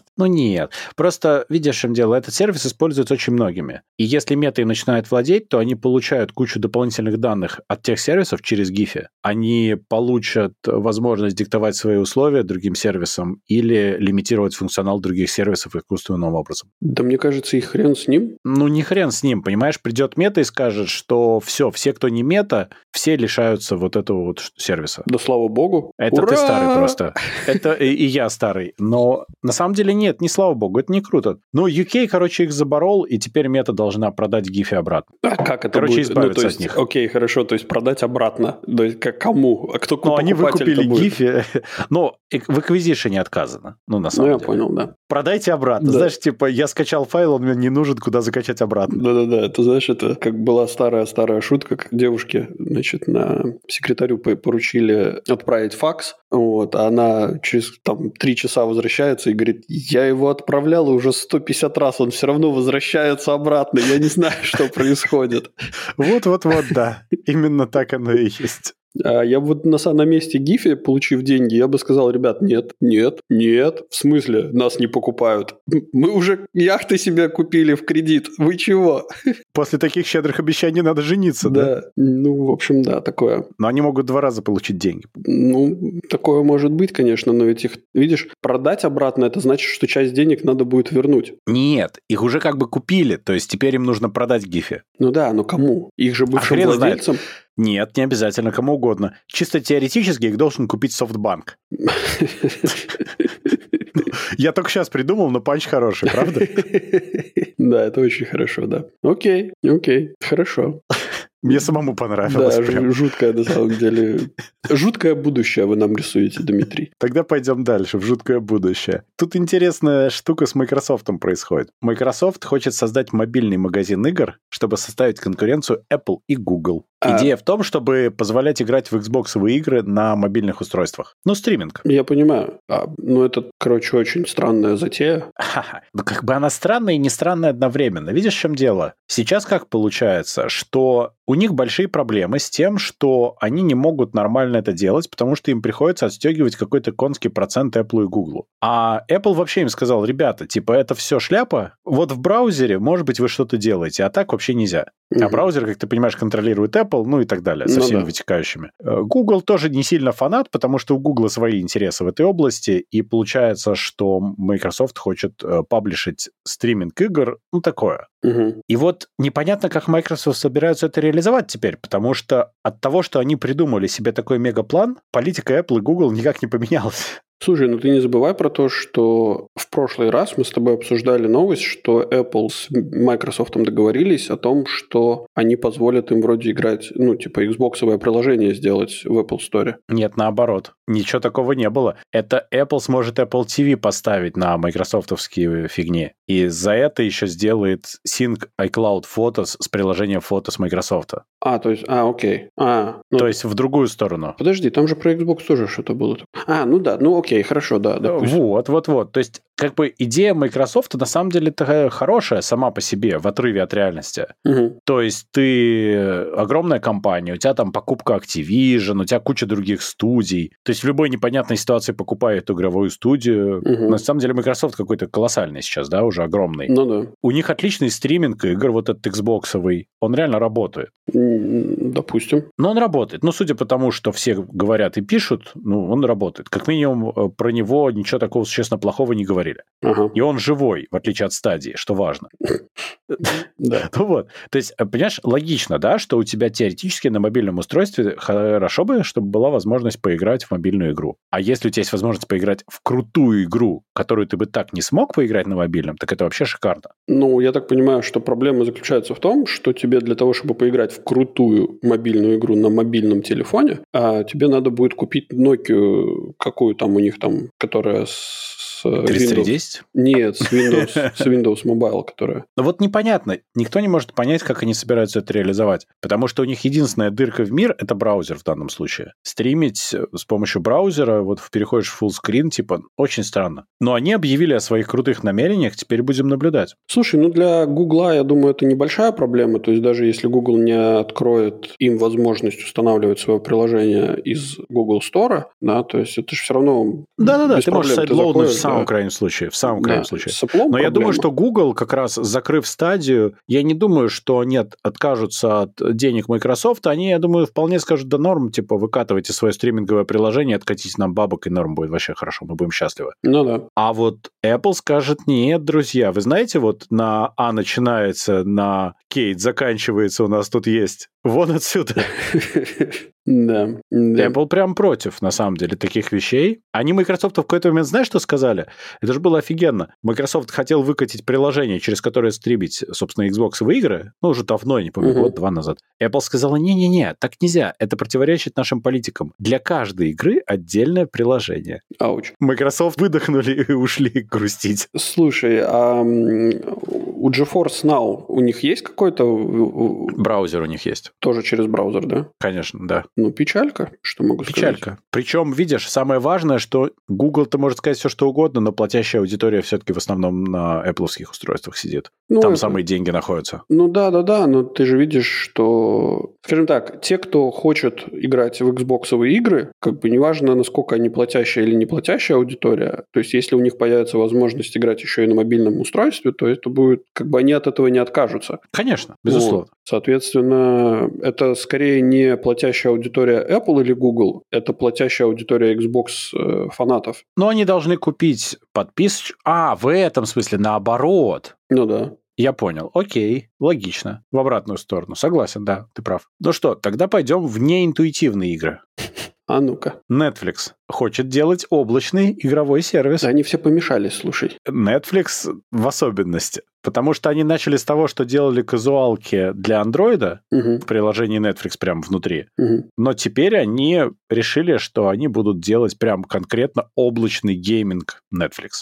Нет. Просто, видишь, в чем дело, этот сервис используется очень многими. И если Мета им начинает владеть, то они получают кучу дополнительных данных от тех сервисов через Giphy. Они получат возможность диктовать свои условия другим сервисам или лимитировать функционал других сервисов искусственным образом. Да мне кажется, и хрен с ним. Ну, не хрен с ним, понимаешь? Придет Мета и скажет, что все, кто не Мета, все лишаются вот этого вот сервиса. Да слава богу. Это Ура! Ты старый просто. Это и я старый. Но на самом деле нет, не слава богу, это не круто. Ну, UK, короче, их заборол, и теперь Мета должна продать Giphy обратно. А как это короче, будет? избавиться то есть, от них. Окей, хорошо, то есть продать обратно. То есть кому? А кто покупатель-то они выкупили будет? Giphy, но в Acquisition отказано. Ну, на самом деле. Я понял, да. Продайте обратно. Да. Знаешь, типа, я скачал файл, он мне не нужен, куда закачать обратно. Да-да-да, это, знаешь, это как была старая шутка, как девушке, значит, на секретарю поручили отправить факс, вот, а она через 3 часа возвращается и говорит, я его отправляла уже 150 раз, он все равно возвращается обратно, я не знаю, что происходит. Вот, да. Именно так оно и есть. Я вот на месте Гифи, получив деньги, я бы сказал, ребят, нет, в смысле нас не покупают? Мы уже яхты себе купили в кредит, вы чего? После таких щедрых обещаний надо жениться, да? Да, в общем, да, такое. Но они могут 2 раза получить деньги. Такое может быть, конечно, но ведь их, видишь, продать обратно, это значит, что часть денег надо будет вернуть. Нет, их уже как бы купили, то есть теперь им нужно продать Гифи. Ну да, но кому? Их же бывшим владельцам? Знает. Нет, не обязательно, кому угодно. Чисто теоретически их должен купить Софтбанк. Я только сейчас придумал, но панч хороший, правда? Да, это очень хорошо, да. Окей, хорошо. Мне самому понравилось. Да, жуткое, на самом деле. Жуткое будущее вы нам рисуете, Дмитрий. Тогда пойдем дальше, в жуткое будущее. Тут интересная штука с Microsoft происходит. Microsoft хочет создать мобильный магазин игр, чтобы составить конкуренцию Apple и Google. Идея в том, чтобы позволять играть в Xbox-овые игры на мобильных устройствах. Стриминг. Я понимаю. Это, очень странная затея. Как бы она странная и не странная одновременно. Видишь, в чем дело? Сейчас как получается, что у них большие проблемы с тем, что они не могут нормально это делать, потому что им приходится отстегивать какой-то конский процент Apple и Google. А Apple вообще им сказал, ребята, это все шляпа, вот в браузере, может быть, вы что-то делаете, а так вообще нельзя. А браузер, как ты понимаешь, контролирует Apple, и так далее, со всеми вытекающими. Google тоже не сильно фанат, потому что у Google свои интересы в этой области, и получается, что Microsoft хочет паблишить стриминг игр, такое. И вот непонятно, как Microsoft собираются это реализовать теперь, потому что от того, что они придумали себе такой мегаплан, политика Apple и Google никак не поменялась. Слушай, ты не забывай про то, что в прошлый раз мы с тобой обсуждали новость, что Apple с Microsoft договорились о том, что они позволят им вроде играть, Xbox-овое приложение сделать в Apple Store. Нет, наоборот. Ничего такого не было. Это Apple сможет Apple TV поставить на майкрософтовские фигни. И за это еще сделает Sync iCloud Photos с приложением фото с Microsoft. Окей. То есть в другую сторону. Подожди, там же про Xbox тоже что-то было. Окей, хорошо, да. Допустим. Вот. То есть, идея Microsoft на самом деле такая хорошая сама по себе, в отрыве от реальности. То есть, ты огромная компания, у тебя там покупка Activision, у тебя куча других студий. То есть, в любой непонятной ситуации покупая эту игровую студию. На самом деле, Microsoft какой-то колоссальный сейчас, да, уже огромный. Да. У них отличный стриминг игр, вот этот Xbox-овый. Он реально работает. Допустим. Но он работает. Судя по тому, что все говорят и пишут, он работает. Как минимум, про него ничего такого существенно плохого не говорили. И он живой, в отличие от стадии, что важно. Да. То есть, понимаешь, логично, да, что у тебя теоретически на мобильном устройстве хорошо бы, чтобы была возможность поиграть в мобильную игру. А если у тебя есть возможность поиграть в крутую игру, которую ты бы так не смог поиграть на мобильном, так это вообще шикарно. Я так понимаю, что проблема заключается в том, что тебе для того, чтобы поиграть в крутую мобильную игру на мобильном телефоне, тебе надо будет купить Nokia, какую там у них там, которая с 3310? Нет, с Windows Mobile, которая. Непонятно. Никто не может понять, как они собираются это реализовать. Потому что у них единственная дырка в мир – это браузер в данном случае. Стримить с помощью браузера, переходишь в full screen, очень странно. Но они объявили о своих крутых намерениях, теперь будем наблюдать. Слушай, для Гугла, я думаю, это небольшая проблема. То есть, даже если Google не откроет им возможность устанавливать свое приложение из Google Store, да, то есть, это же все равно Да-да-да, ты можешь сайдлоуднуть в самом крайнем случае. Но я думаю, что Google, как раз закрыв стадию, я не думаю, что они откажутся от денег Microsoft, они, я думаю, вполне скажут, да норм, выкатывайте свое стриминговое приложение, откатите нам бабок, и норм будет вообще хорошо, мы будем счастливы. Да. А Apple скажет, нет, друзья, вы знаете, на А начинается, на Кейт заканчивается, у нас тут есть. Вон отсюда. Да. Apple прям против, на самом деле, таких вещей. Они Microsoft в какой-то момент, знаешь, что сказали? Это же было офигенно. Microsoft хотел выкатить приложение, через которое стримить, собственно, Xbox-овые игры. Уже давно, я не помню, год-два назад. Apple сказала, не-не-не, так нельзя. Это противоречит нашим политикам. Для каждой игры отдельное приложение. Ауч. Microsoft выдохнули и ушли грустить. Слушай, а у GeForce Now у них есть какой-то... Браузер у них есть. Тоже через браузер, да? Конечно, да. Ну, печалька, что могу сказать. Печалька. Причем, видишь, самое важное, что Google-то может сказать все, что угодно, но платящая аудитория все-таки в основном на Apple-овских устройствах сидит. Ну, там самые деньги находятся. Ну да, но ты же видишь, что, скажем так, те, кто хочет играть в Xbox-овые игры, как бы неважно, насколько они платящая или не платящая аудитория, то есть если у них появится возможность играть еще и на мобильном устройстве, то это будет, как бы они от этого не откажутся. Конечно, безусловно. Вот. Соответственно, это скорее не платящая аудитория Apple или Google, это платящая аудитория Xbox фанатов. Но они должны купить подписочку. В этом смысле наоборот. Ну да. Я понял. Окей, логично. В обратную сторону. Согласен, да, ты прав. Ну что, тогда пойдем в неинтуитивные игры. А ну-ка. Netflix хочет делать облачный игровой сервис. Да, они все помешались, слушай. Netflix в особенности. Потому что они начали с того, что делали казуалки для Android в приложении Netflix прямо внутри. Но теперь они решили, что они будут делать прям конкретно облачный гейминг Netflix.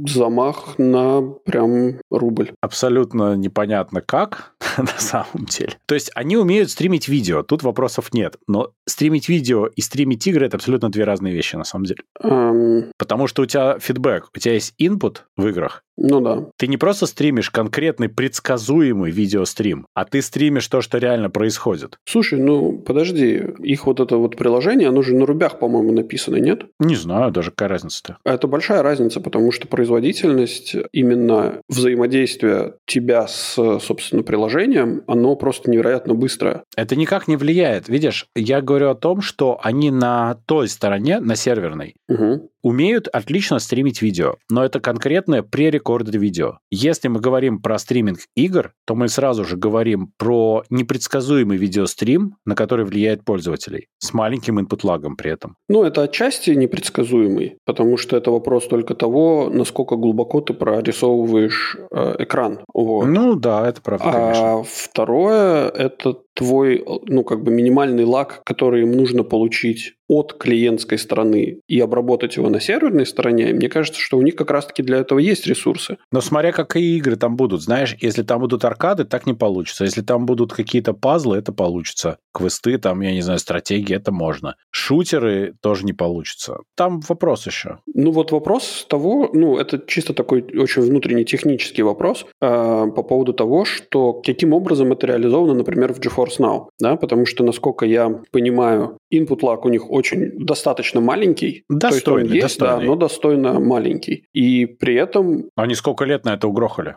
Замах на прям рубль. Абсолютно непонятно как, на самом деле. То есть они умеют стримить видео, тут вопросов нет. Но стримить видео и стримить игры — это абсолютно две разные вещи, на самом деле. Потому что у тебя фидбэк, у тебя есть input в играх. Ну да. Ты не просто стримишь конкретный предсказуемый видеострим, а ты стримишь то, что реально происходит. Слушай, ну подожди, их вот это вот приложение, оно же на рубях, по-моему, написано, нет? Не знаю, даже какая разница-то. Это большая разница, потому что производительность именно взаимодействия тебя с, собственно, приложением, оно просто невероятно быстрое. Это никак не влияет. Видишь, я говорю о том, что они на той стороне, на серверной, умеют отлично стримить видео, но это конкретное пререкордед видео. Если мы говорим про стриминг игр, то мы сразу же говорим про непредсказуемый видеострим, на который влияет пользователей, с маленьким инпут-лагом при этом. Ну, это отчасти непредсказуемый, потому что это вопрос только того, насколько глубоко ты прорисовываешь экран. Вот. Ну да, это правда, конечно. А второе, это твой, ну, как бы минимальный лаг, который им нужно получить от клиентской стороны и обработать его на серверной стороне. И мне кажется, что у них как раз-таки для этого есть ресурсы. Но смотря какие игры там будут. Знаешь, если там будут аркады, так не получится. Если там будут какие-то пазлы, это получится. Квесты, там, я не знаю, стратегии, это можно. Шутеры тоже не получится. Там вопрос еще. Ну, вот вопрос того, ну, это чисто такой очень внутренний технический вопрос по поводу того, что каким образом это реализовано, например, в GeForce Now, да, потому что, насколько я понимаю, input lag у них очень достаточно маленький. Достойный, то есть он есть, достойный. Да, но достойно маленький. И при этом... Они сколько лет на это угрохали?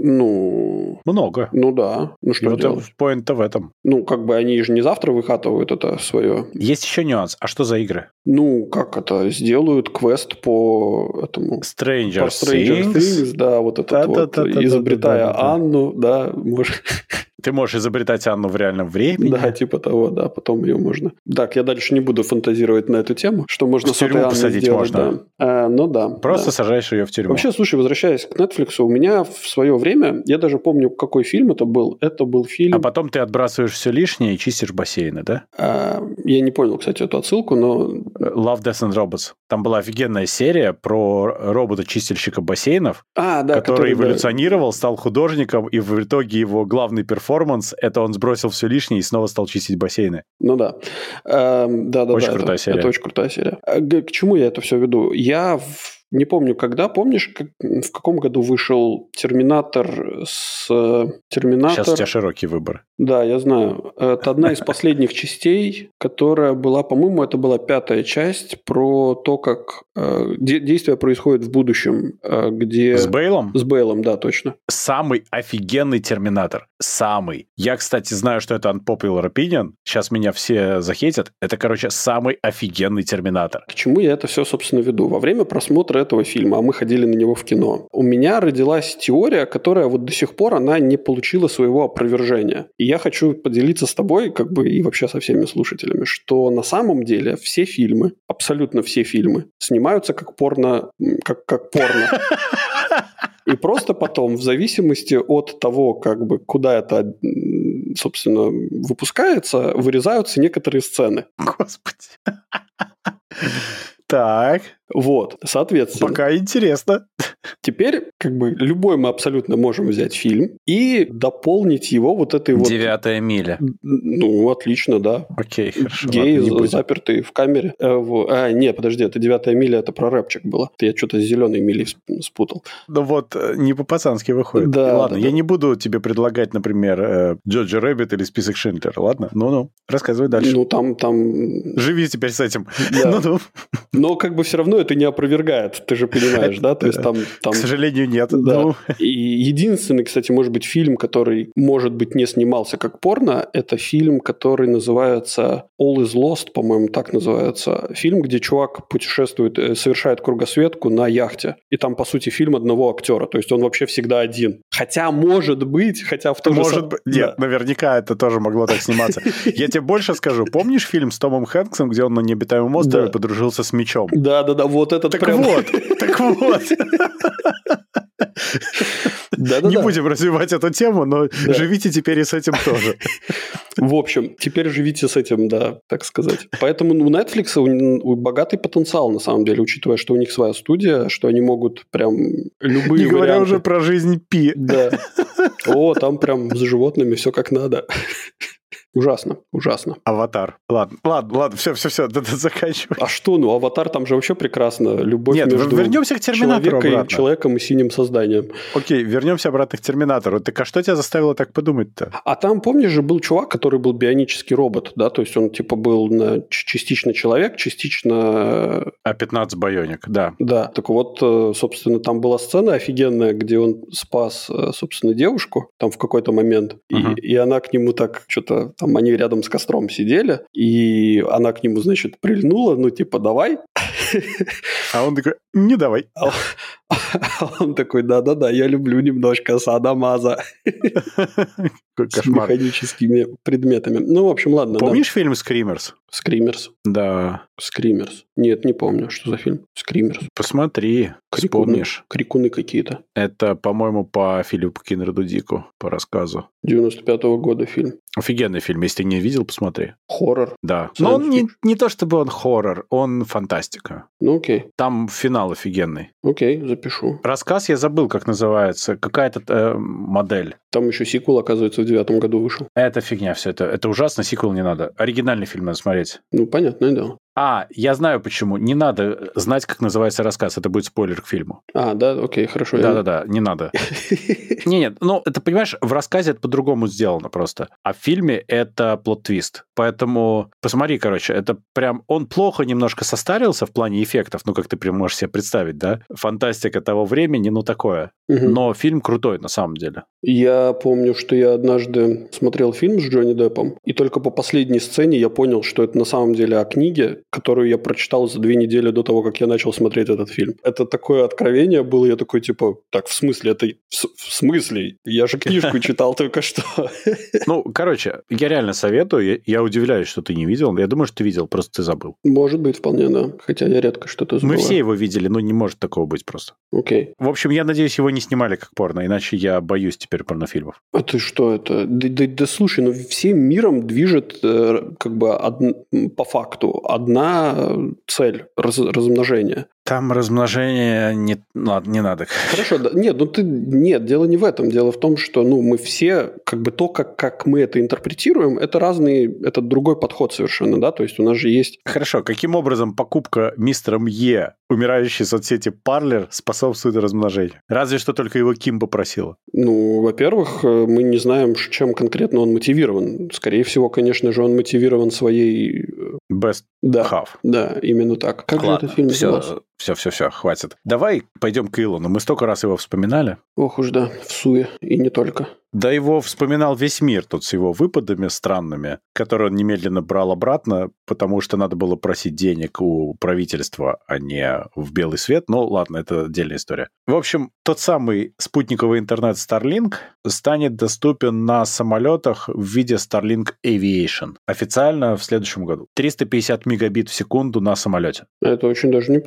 Ну... Много. Ну да. Ну что делать? Вот point-то в этом. Ну, как бы они же не завтра выкатывают это свое. Есть еще нюанс. А что за игры? Ну, как это? Сделают квест по этому... Stranger Things. Да, вот этот вот. Изобретая Анну, да, может... Ты можешь изобретать Анну в реальном времени. Да, типа того, да, потом ее можно. Так, я дальше не буду фантазировать на эту тему, что можно с этой Анной посадить сделать. Можно. Да. Ну да. Просто сажаешь ее в тюрьму. Вообще, слушай, возвращаясь к Netflix, у меня в свое время, я даже помню, какой фильм это был. Это был фильм... А потом ты отбрасываешь все лишнее и чистишь бассейны, да? Я не понял, кстати, эту отсылку, но... Love, Death and Robots. Там была офигенная серия про робота-чистильщика бассейнов, который эволюционировал, стал художником, и в итоге его главный перформанс — это он сбросил все лишнее и снова стал чистить бассейны. Ну да. Очень крутая серия. Это очень крутая серия. К чему я это все веду? Я не помню, когда, помнишь, в каком году вышел Терминатор с... Сейчас у тебя широкий выбор. Да, я знаю. Это одна из последних частей, которая была, по-моему, это была 5-я часть про то, как действие происходит в будущем, где... С Бейлом? С Бейлом, да, точно. Самый офигенный Терминатор. Самый. Я, кстати, знаю, что это unpopular opinion. Сейчас меня все захейтят. Это, короче, самый офигенный Терминатор. К чему я это все, собственно, веду? Во время просмотра этого фильма, а мы ходили на него в кино, у меня родилась теория, которая вот до сих пор она не получила своего опровержения. И я хочу поделиться с тобой, как бы и вообще со всеми слушателями, что на самом деле все фильмы, абсолютно все фильмы, снимаются как порно, как порно. И просто потом, в зависимости от того, как бы, куда это, собственно, выпускается, вырезаются некоторые сцены. Господи. Так. Вот, соответственно. Пока интересно. Теперь, как бы, любой мы абсолютно можем взять фильм и дополнить его вот этой вот... «Девятая миля». Ну, отлично, да. Окей, хорошо. Геи, запертые в камере. Нет, подожди, это «Девятая миля», это про рэпчик было. Я что-то с «Зеленой милей» спутал. Ну вот, не по-пацански выходит. Да, ладно, я не буду тебе предлагать, например, «Джоджо Рэббит» или «Список Шиндлера», ладно? Ну-ну, рассказывай дальше. Ну, там... Живи теперь с этим. Да. Ну-ну. Но как бы все равно это не опровергает, ты же понимаешь, да? То есть там... К сожалению, нет. Да. Ну. И единственный, кстати, может быть, фильм, который, может быть, не снимался как порно, это фильм, который называется «All is Lost», по-моему, так называется. Фильм, где чувак путешествует, совершает кругосветку на яхте. И там, по сути, фильм одного актера. То есть он вообще всегда один. Хотя, может быть, хотя в том же... Может быть. Нет, наверняка это тоже могло так сниматься. Я тебе больше скажу. Помнишь фильм с Томом Хэнксом, где он на необитаемом острове подружился с мечом? Да-да-да, вот этот так прям... Так вот. Не будем развивать эту тему, но живите теперь и с этим тоже. В общем, теперь живите с этим, да, так сказать. Поэтому у Netflix богатый потенциал, на самом деле, учитывая, что у них своя студия, что они могут прям любые Не говоря уже про жизнь Пи. Да. Там прям с животными все как надо. Ужасно. «Аватар». Ладно, все, заканчивай. А что, «Аватар» там же вообще прекрасно. Любовь между вернемся к «Терминатору» человеком и синим созданием. Окей, вернемся обратно к «Терминатору». Так а что тебя заставило так подумать-то? А там, помнишь же, был чувак, который был бионический робот, да? То есть он типа был частично человек, частично... А-15 Байоник, да. Да, так вот, собственно, там была сцена офигенная, где он спас, собственно, девушку там в какой-то момент, и она к нему так что-то... Там они рядом с костром сидели, и она к нему, значит, прильнула, давай. А он такой, не давай. А он такой, да-да-да, я люблю немножко садомаза. С механическими предметами. Ну, в общем, ладно. Помнишь фильм «Скримерс»? «Скримерс»? Да. «Скримерс». Нет, не помню, что за фильм. «Скримерс». Посмотри, вспомнишь. Крикуны какие-то. Это, по-моему, по Филиппу Кинреду Дику, по рассказу. 95-го года фильм. Офигенный фильм. Если ты не видел, посмотри. Хоррор. Да. Но он не то чтобы он хоррор, он фантастика. Ну, окей. Там финал офигенный. Окей, запишу. Рассказ я забыл, как называется. Какая-то модель. Там еще сиквел, оказывается, в 9-м году вышел. Это фигня все это. Это ужасно, сиквел не надо. Оригинальный фильм надо смотреть. Ну, понятное дело. Я знаю почему. Не надо знать, как называется рассказ. Это будет спойлер к фильму. Да, окей, хорошо. Да, не надо. Нет, это, понимаешь, в рассказе это по-другому сделано просто. А в фильме это плот-твист. Поэтому посмотри, короче, это прям... Он плохо немножко состарился в плане эффектов, как ты прям можешь себе представить, да? Фантастика того времени, такое. Но фильм крутой на самом деле. Я помню, что я однажды смотрел фильм с Джонни Деппом, и только по последней сцене я понял, что это на самом деле о книге, которую я прочитал за 2 недели до того, как я начал смотреть этот фильм. Это такое откровение было, я такой, так, в смысле? В смысле? Я же книжку читал только что. Короче, я реально советую, я удивляюсь, что ты не видел, я думаю, что ты видел, просто ты забыл. Может быть, вполне, да, хотя я редко что-то забываю. Мы все его видели, не может такого быть просто. Окей. В общем, я надеюсь, его не снимали как порно, иначе я боюсь теперь порнофильмов. А ты что это? Да слушай, всем миром движет по факту одна цель – размножение. Там размножение не надо. Хорошо, да, нет, дело не в этом. Дело в том, что мы все, то, как мы это интерпретируем, это другой подход совершенно, да, то есть у нас же есть... Хорошо, каким образом покупка мистером Е, умирающей соцсети Parler, способствует размножению? Разве что только его Ким попросила. Во-первых, мы не знаем, чем конкретно он мотивирован. Скорее всего, конечно же, он мотивирован своей... Best half. Да, именно так. Как же этот фильм назывался? Все, хватит. Давай пойдем к Илону. Мы столько раз его вспоминали. Ох уж да, в суе. И не только. Да его вспоминал весь мир тут с его выпадами странными, которые он немедленно брал обратно, потому что надо было просить денег у правительства, а не в белый свет. Ладно, это отдельная история. В общем, тот самый спутниковый интернет Starlink станет доступен на самолетах в виде Starlink Aviation. Официально в следующем году. 350 мегабит в секунду на самолете. Это очень даже неплохо.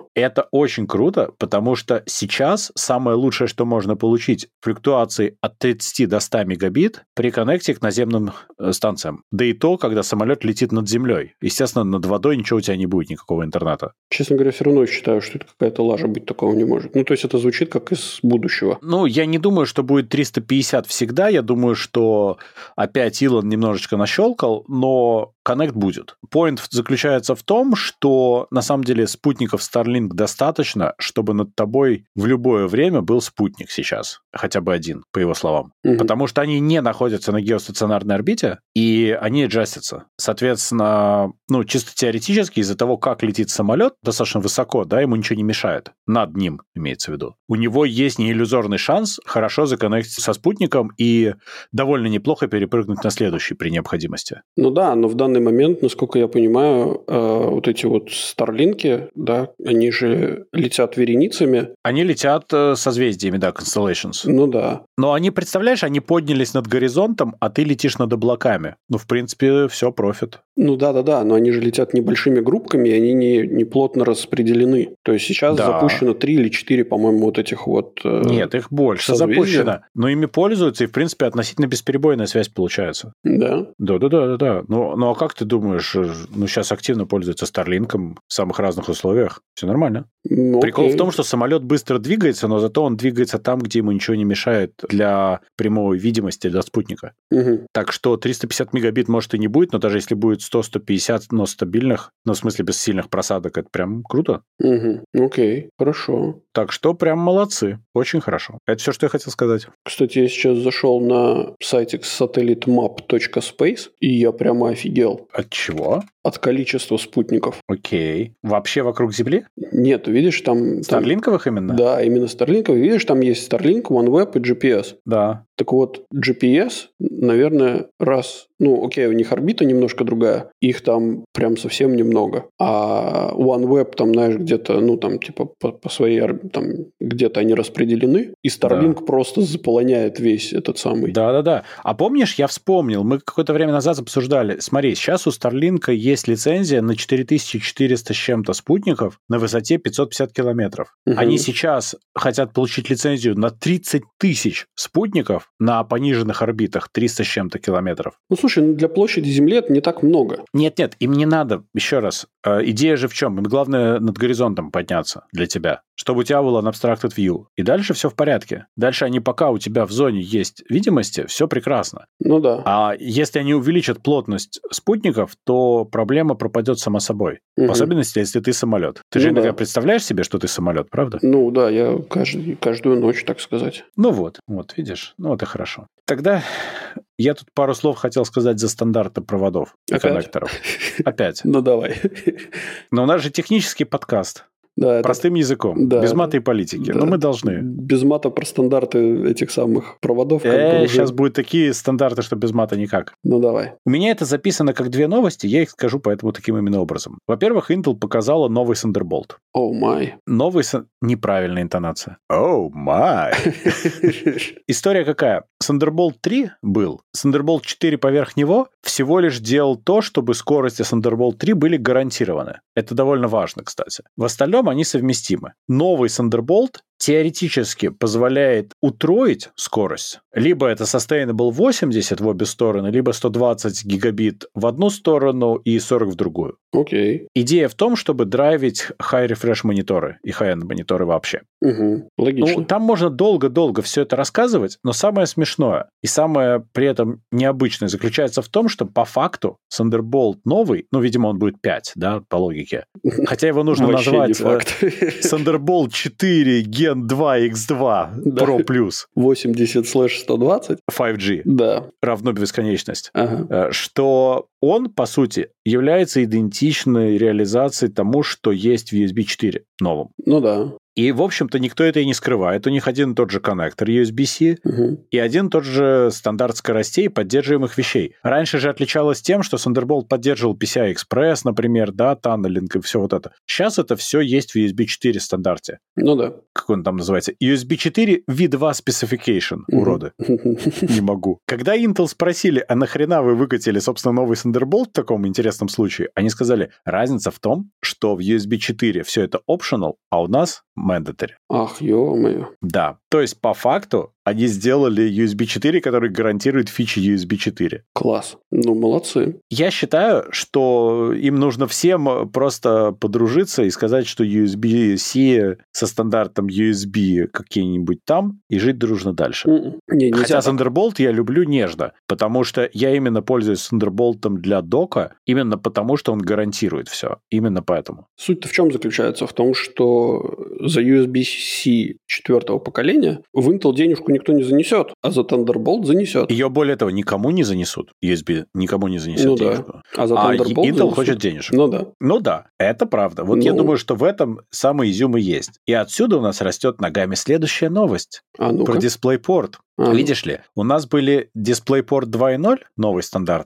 это очень круто, потому что сейчас самое лучшее, что можно получить, флюктуации от 30 до 100 мегабит при коннекте к наземным станциям. Да и то, когда самолет летит над землей. Естественно, над водой ничего у тебя не будет, никакого интернета. Честно говоря, все равно считаю, что это какая-то лажа, быть такого не может. Ну, то есть это звучит как из будущего. Ну, я не думаю, что будет 350 всегда. Я думаю, что опять Илон немножечко нащелкал, но коннект будет. Point заключается в том, что на самом деле спутников Starlink достаточно, чтобы над тобой в любое время был спутник сейчас. Хотя бы один, по его словам. Потому что они не находятся на геостационарной орбите, и они аджастятся. Соответственно, ну, чисто теоретически, из-за того, как летит самолет достаточно высоко, да, ему ничего не мешает. Над ним, имеется в виду. У него есть неиллюзорный шанс хорошо законнектиться со спутником и довольно неплохо перепрыгнуть на следующий при необходимости. Ну да, но в данный момент, насколько я понимаю, вот эти вот Старлинки, да, они же летят вереницами. Они летят созвездиями, да, constellations. Ну да. Но они, представляешь, они поднялись над горизонтом, а ты летишь над облаками. Ну, в принципе, все профит. Ну да, но они же летят небольшими группками, и они не плотно распределены. То есть сейчас запущено 3 или 4, по-моему, вот этих вот Нет, их больше запущено. Но ими пользуются, и, в принципе, относительно бесперебойная связь получается. Да? Да. Ну, а как ты думаешь, ну, сейчас активно пользуются Старлинком в самых разных условиях? Все нормально. Прикол в том, что самолет быстро двигается, но зато он двигается там, где ему ничего не мешает для прямой видимости для спутника. Так что 350 мегабит, может, и не будет, но даже если будет 100-150, но стабильных, ну, в смысле, без сильных просадок, это прям круто. Окей, хорошо. Так что прям молодцы. Очень хорошо. Это все, что я хотел сказать. Кстати, я сейчас зашел на сайтик satellitmap.space, и я прямо офигел. От чего? От количества спутников. Окей. Вообще вокруг Земли? Нет, видишь, там... Старлинковых именно? Да, именно Старлинковых. Видишь, там есть Starlink, OneWeb и GPS. Да. Так вот, GPS, наверное, ну, окей, у них орбита немножко другая, их там прям совсем немного. А OneWeb там, знаешь, где-то, ну, там, типа, по своей орбите, там, где-то они распределены, и Starlink просто заполоняет весь этот самый... Да. А помнишь, я вспомнил, мы какое-то время назад обсуждали, смотри, сейчас у Starlink есть лицензия на 4400 с чем-то спутников на высоте 550 километров. Они сейчас хотят получить лицензию на 30 тысяч спутников на пониженных орбитах 300 с чем-то километров. Ну, слушай, для площади Земли это не так много. Нет, им не надо, еще раз. Идея же в чем? Им главное над горизонтом подняться для тебя, чтобы у тебя было unobstructed view. И дальше все в порядке. Дальше пока у тебя в зоне есть видимости, все прекрасно. Ну да. А если они увеличат плотность спутников, то проблема пропадет сама собой. В особенности, если ты самолет. Ты же иногда представляешь себе, что ты самолет, правда? Ну да, я каждую ночь, так сказать. Ну вот, видишь. Ну это хорошо. Тогда я тут пару слов хотел сказать за стандарты проводов и коннекторов. Опять. Ну давай. Но у нас же технический подкаст. Да, простым языком, без мата и политики. Да. Но мы должны. Без мата про стандарты этих самых проводов. Сейчас будут такие стандарты, что без мата никак. Ну, давай. У меня это записано как 2 новости, я их скажу поэтому таким именно образом. Во-первых, Intel показала новый Thunderbolt. Oh my. Неправильная интонация. Oh my. История какая? Thunderbolt 3 был. Thunderbolt 4 поверх него всего лишь делал то, чтобы скорости Thunderbolt 3 были гарантированы. Это довольно важно, кстати. В остальном они совместимы. Новый Thunderbolt теоретически позволяет утроить скорость. Либо это Sustainable 80 в обе стороны, либо 120 гигабит в одну сторону и 40 в другую. Окей. Идея в том, чтобы драйвить high-refresh мониторы и high-end мониторы вообще. Логично. Ну, там можно долго-долго все это рассказывать, но самое смешное и самое при этом необычное заключается в том, что по факту Thunderbolt новый, ну, видимо, он будет 5, да, по логике. Хотя его нужно назвать Thunderbolt 4 Gen 2 X2 Pro Plus. 80/120. 5G. Да. Равно бесконечность. Что он, по сути, является идентичной реализацией тому, что есть в USB 4 новом. Ну да. И, в общем-то, никто это и не скрывает. У них один и тот же коннектор USB-C и один и тот же стандарт скоростей поддерживаемых вещей. Раньше же отличалось тем, что Thunderbolt поддерживал PCI-Express, например, да, Tunneling и все вот это. Сейчас это все есть в USB 4 стандарте. Ну да. Как он там называется? USB 4 V2 Specification, уроды. Не могу. Когда Intel спросили, а нахрена вы выкатили, собственно, новый Thunderbolt в таком интересном случае, они сказали, разница в том, что в USB 4 все это optional, а у нас mandatory. Ах, ё-моё. Да. То есть, по факту, они сделали USB 4, который гарантирует фичи USB 4. Класс. Ну, молодцы. Я считаю, что им нужно всем просто подружиться и сказать, что USB-C со стандартом USB какие-нибудь там, и жить дружно дальше. Не, хотя Thunderbolt я люблю нежно, потому что я именно пользуюсь Thunderbolt для дока, именно потому что он гарантирует все. Именно поэтому. Суть-то в чем заключается? В том, что за USB-C 4-го поколения в Intel денежку никто не занесет, а за Thunderbolt занесет. Ее, более того, никому не занесут. USB никому не занесет денежку. Да. А за Thunderbolt Intel занесут. хочет денежек. Ну да, это правда. Вот я думаю, что в этом самый изюм и есть. И отсюда у нас растет ногами следующая новость про DisplayPort. Видишь ли, у нас были DisplayPort 2.0, новый стандарт,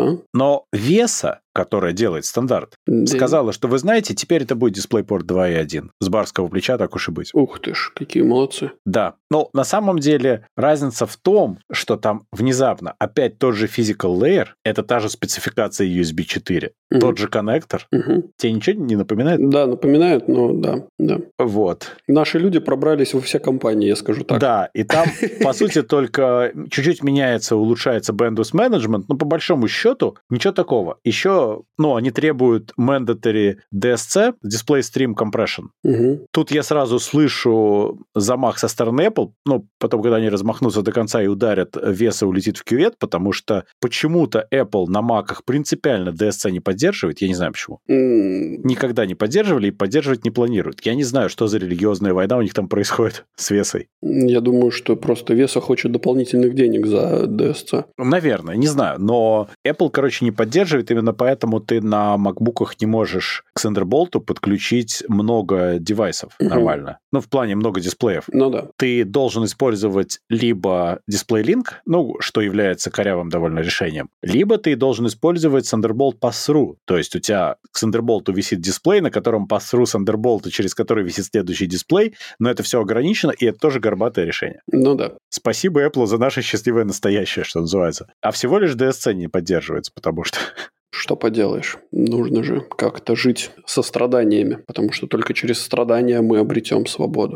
но Веса, которая делает стандарт, сказала, что вы знаете, теперь это будет DisplayPort 2.1. С барского плеча, так уж и быть. Ух ты ж, какие молодцы. Да, но на самом деле разница в том, что там внезапно опять тот же Physical Layer, это та же спецификация USB 4, тот же коннектор. Тебе ничего не напоминает? Да, напоминает, но да. Вот. Наши люди пробрались во все компании, я скажу так. Да, и там, по сути, только чуть-чуть меняется, улучшается bandwidth management, но по большому счету ничего такого. Еще, они требуют mandatory DSC, Display Stream Compression. Тут я сразу слышу замах со стороны Apple, потом, когда они размахнутся до конца и ударят, Веса улетит в кювет, потому что почему-то Apple на маках принципиально DSC не поддерживает, я не знаю почему. Никогда не поддерживали и поддерживать не планируют. Я не знаю, что за религиозная война у них там происходит с Весой. Я думаю, что просто Веса хочет дополнительных денег за DSC. Наверное, не знаю. Но Apple, не поддерживает, именно поэтому ты на MacBook'ах не можешь к Thunderbolt'у подключить много девайсов нормально. В плане много дисплеев. Да. Ты должен использовать либо DisplayLink, что является корявым довольно решением, либо ты должен использовать Thunderbolt Pass-Through. То есть у тебя к Thunderbolt'у висит дисплей, на котором Pass-Through Thunderbolt, через который висит следующий дисплей, но это все ограничено, и это тоже горбатое решение. Да. Спасибо Apple за наше счастливое настоящее, что называется. А всего лишь DSC не поддерживается, потому что... Что поделаешь? Нужно же как-то жить со страданиями, потому что только через страдания мы обретем свободу.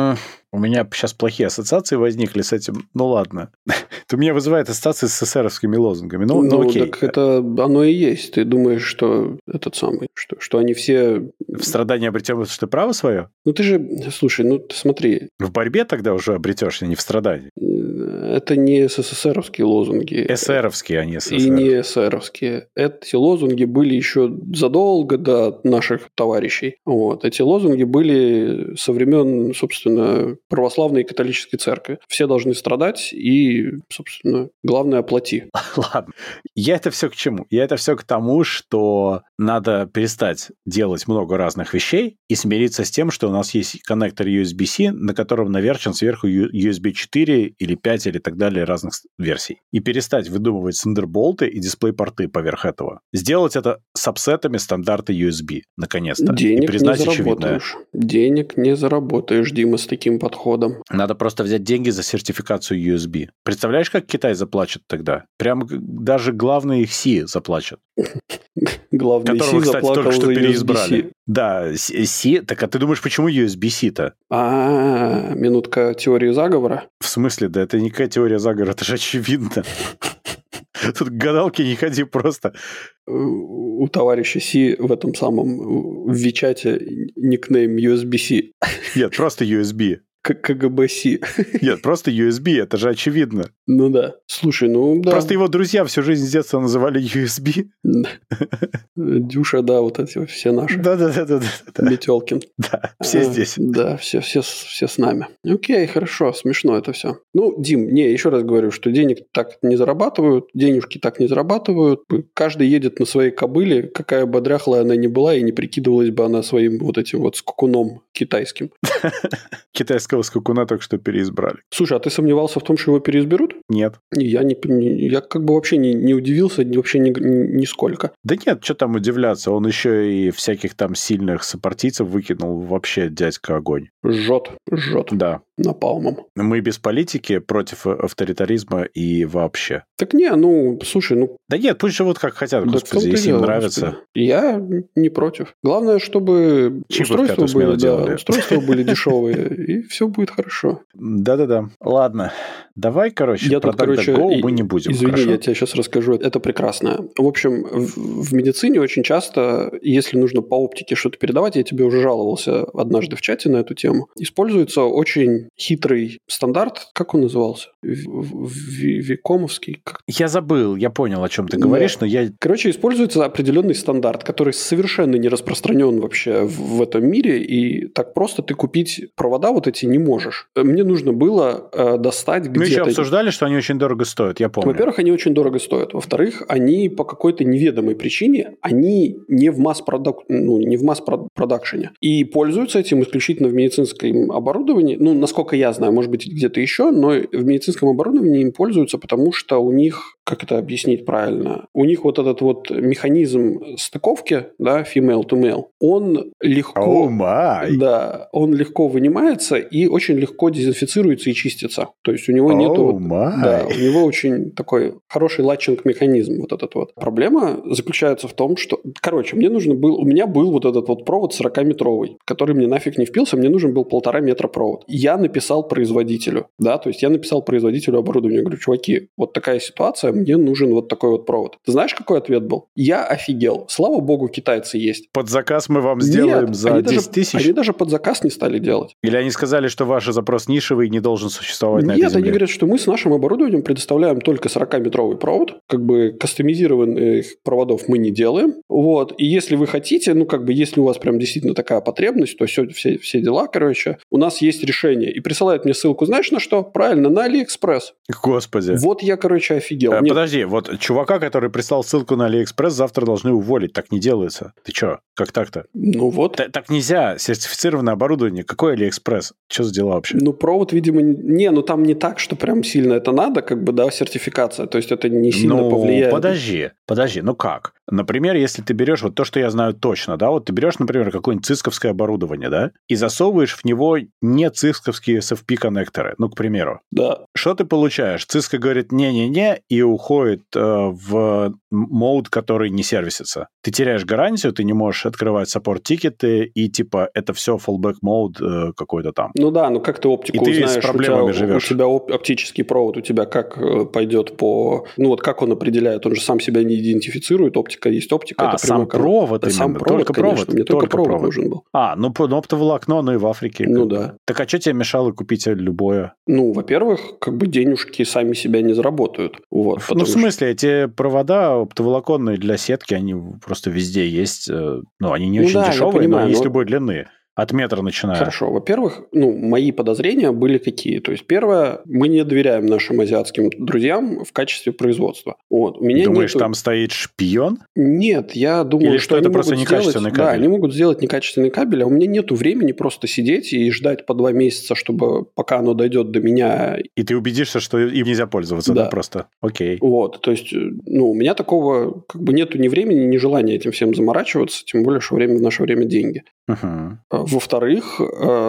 У меня сейчас плохие ассоциации возникли с этим. Ладно. Это у меня вызывает ассоциации с эсеровскими лозунгами. Окей. Так это оно и есть. Ты думаешь, что что они все... В страдании обретем, что право свое? Ты же... Слушай, ты смотри. В борьбе тогда уже обретешься, не в страдании. Это не СССРовские лозунги. СССРовские, а не СССР. И не СССРовские. Эти лозунги были еще задолго до наших товарищей. Эти лозунги были со времен, собственно, православной и католической церкви. Все должны страдать и, собственно, главное, оплати. Ладно. Я это все к чему? Я это все к тому, что надо перестать делать много разных вещей и смириться с тем, что у нас есть коннектор USB-C, на котором наверчен сверху USB 4 или 5 или так далее разных версий. И перестать выдумывать Thunderbolt и дисплей-порты поверх этого. Сделать это сабсетами стандарта USB, наконец-то. Денег и признать не заработаешь. очевидное. Денег не заработаешь, Дима, с таким подходом. Надо просто взять деньги за сертификацию USB. Представляешь, как Китай заплачет тогда? Прям даже главный их Си заплачет. Главный Си заплакал только что за переизбрали. USB-C. Да, Си. Так а ты думаешь, почему USB-C-то? Минутка теории заговора. В смысле? Да это никакая теория заговора, это же очевидно. Тут к гадалке не ходи просто. У товарища Си в этом самом в Вичате никнейм USB-C. Нет, просто USB. КГБ-Си. Нет, просто USB, это же очевидно. Ну да. Слушай, ну да. Просто его друзья всю жизнь с детства называли USB. Дюша, да, вот эти все наши. Да. Метелкин. Да, все здесь. Да, все с нами. Окей, хорошо, смешно это все. Ну, Дим, еще раз говорю, что денег так не зарабатывают, денежки так не зарабатывают. Каждый едет на своей кобыле, какая бы дряхлая она ни была, и не прикидывалась бы она своим вот этим вот скакуном китайским. Китайского скакуна только что переизбрали. Слушай, а ты сомневался в том, что его переизберут? Нет. Я как бы вообще не удивился, вообще нисколько. Да нет, что там удивляться, он еще и всяких там сильных сопартийцев выкинул, вообще дядька огонь. Жжет. Да. Напалмом. Мы без политики, против авторитаризма и вообще. Так слушай, Да нет, пусть живут как хотят, господи, если им нравится. Господи. Я не против. Главное, чтобы устройства были дешевые, и все будет хорошо. Да. Ладно. Давай, про DuckDuckGo мы не будем. Извини, хорошо? Я тебе сейчас расскажу. Это прекрасно. В общем, в медицине очень часто, если нужно по оптике что-то передавать, я тебе уже жаловался однажды в чате на эту тему, используется очень хитрый стандарт. Как он назывался? Викомовский? Я забыл, я понял, о чем ты говоришь, но я... Короче, используется определенный стандарт, который совершенно не распространен вообще в этом мире, и так просто ты купить провода вот эти не можешь. Мне нужно было достать где-то... Мы еще обсуждали, что они очень дорого стоят, я помню. Во-первых, они очень дорого стоят. Во-вторых, они по какой-то неведомой причине, они не в масс-продакшене. И пользуются этим исключительно в медицинском оборудовании. Насколько я знаю, может быть, где-то еще, но в медицинском оборудовании им пользуются, потому что у них, как это объяснить правильно, у них вот этот вот механизм стыковки, да, female to male, он легко... Да, он легко вынимается и очень легко дезинфицируется и чистится. То есть у него нету... Да, у него очень такой хороший латчинг-механизм вот этот вот. Проблема заключается в том, что... Короче, у меня был вот этот вот провод 40-метровый, который мне нафиг не впился, мне нужен был 1,5 метра провод. Я написал производителю, да, то есть я написал производителю оборудования, говорю, чуваки, вот такая ситуация, мне нужен вот такой вот провод. Ты знаешь, какой ответ был? Я офигел. Слава богу, китайцы есть. Под заказ мы вам сделаем за 10 тысяч? Они даже под заказ не стали делать. Или они сказали, что ваш запрос нишевый и не должен существовать на этой земле? Нет, они говорят, что мы с нашим оборудованием предоставляем только 40-метровый провод, как бы кастомизированных проводов мы не делаем. Вот. И если вы хотите, если у вас прям действительно такая потребность, то все дела, короче, у нас есть решение. И присылают мне ссылку, знаешь, на что? Правильно, на Алиэкспресс. Господи. Вот я, офигел. Подожди, вот чувака, который прислал ссылку на Алиэкспресс, завтра должны уволить. Так не делается. Ты что? Как так-то? Вот. Так нельзя. Сертифицированное оборудование. Какой Алиэкспресс? Что за дела вообще? Провод, видимо, там не так, что прям сильно это надо, сертификация. То есть это не сильно повлияет. Подожди, как? Например, если ты берешь вот то, что я знаю точно, да, вот ты берешь, например, какое-нибудь цисковское оборудование, да, и засовываешь в него не цисковские SFP-коннекторы, к примеру. Да. Что ты получаешь? Cisco говорит не-не-не и уходит в мод, который не сервисится. Ты теряешь гарантию, ты не можешь открывать саппорт-тикеты, и это все fallback mode какой-то там. Как ты оптику и узнаешь? Ты с проблемами живешь. У тебя оптический провод, у тебя как пойдет по... как он определяет? Он же сам себя не идентифицирует, оптика есть оптика. Это сам провод именно? Сам провод, только конечно. провод? Мне только провод нужен был. Оптоволокно, и в Африке. Да. Так а что тебе мешало купить любое? Во-первых, денежки сами себя не заработают. Вот, в смысле, эти провода оптоволоконные для сетки, они просто везде есть. Они не очень дешевые, но есть любой длины. От метра начиная. Хорошо. Во-первых, мои подозрения были какие? То есть, первое, мы не доверяем нашим азиатским друзьям в качестве производства. Вот. Думаешь, там стоит шпион? Нет, я думаю, или что это просто некачественный кабель? Да, они могут сделать некачественный кабель, а у меня нету времени просто сидеть и ждать по 2 месяца, чтобы пока оно дойдет до меня. И ты убедишься, что им нельзя пользоваться, да просто? Окей. Вот, то есть, у меня такого нету ни времени, ни желания этим всем заморачиваться, тем более, что в наше время деньги. Во-вторых,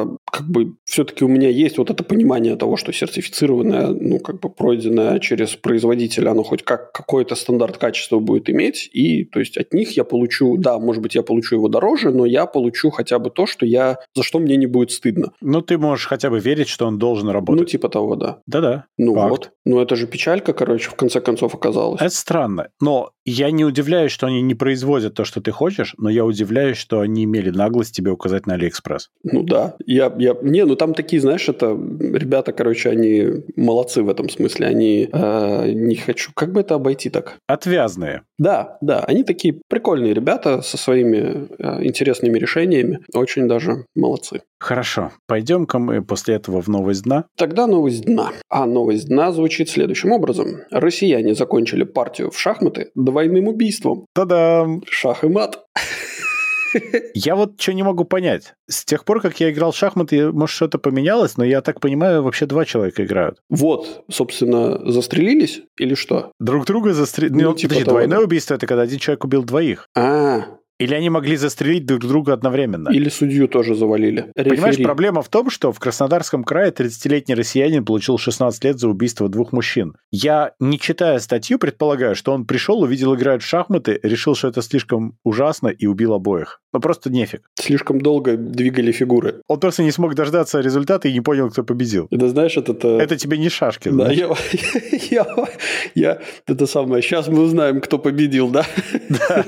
все-таки у меня есть вот это понимание того, что сертифицированное, пройденное через производителя, оно хоть какой-то стандарт качества будет иметь, и то есть от них я получу, да, может быть, я получу его дороже, но я получу хотя бы то, за что мне не будет стыдно. Ты можешь хотя бы верить, что он должен работать. Типа того, да. Да-да. Вот. Это же печалька, в конце концов оказалась. Это странно, но я не удивляюсь, что они не производят то, что ты хочешь, но я удивляюсь, что они имели наглость тебе указать на Алиэкспресс. Да. Я ну там такие, знаешь, это ребята, короче, они молодцы в этом смысле. Они не хочу... Как бы это обойти так? Отвязные. Да, они такие прикольные ребята со своими интересными решениями. Очень даже молодцы. Хорошо. Пойдем-ка мы после этого в новость дна. Тогда новость дна. А новость дна звучит следующим образом. Россияне закончили партию в шахматы двойным убийством. Та-дам! Шах и мат. Я вот что не могу понять. С тех пор, как я играл в шахматы, может, что-то поменялось, но я так понимаю, вообще 2 человека играют. Вот, собственно, застрелились или что? Друг друга застрелили. Ну, типа двойное убийство – это когда один человек убил 2. Или они могли застрелить друг друга одновременно. Или судью тоже завалили. Понимаешь, проблема в том, что в Краснодарском крае 30-летний россиянин получил 16 лет за убийство 2 мужчин. Я, не читая статью, предполагаю, что он пришел, увидел, играют в шахматы, решил, что это слишком ужасно и убил обоих. Ну, просто нефиг. Слишком долго двигали фигуры. Он просто не смог дождаться результата и не понял, кто победил. Это, знаешь, Это тебе не шашки. Да, это самое. Сейчас мы узнаем, кто победил, да? Да.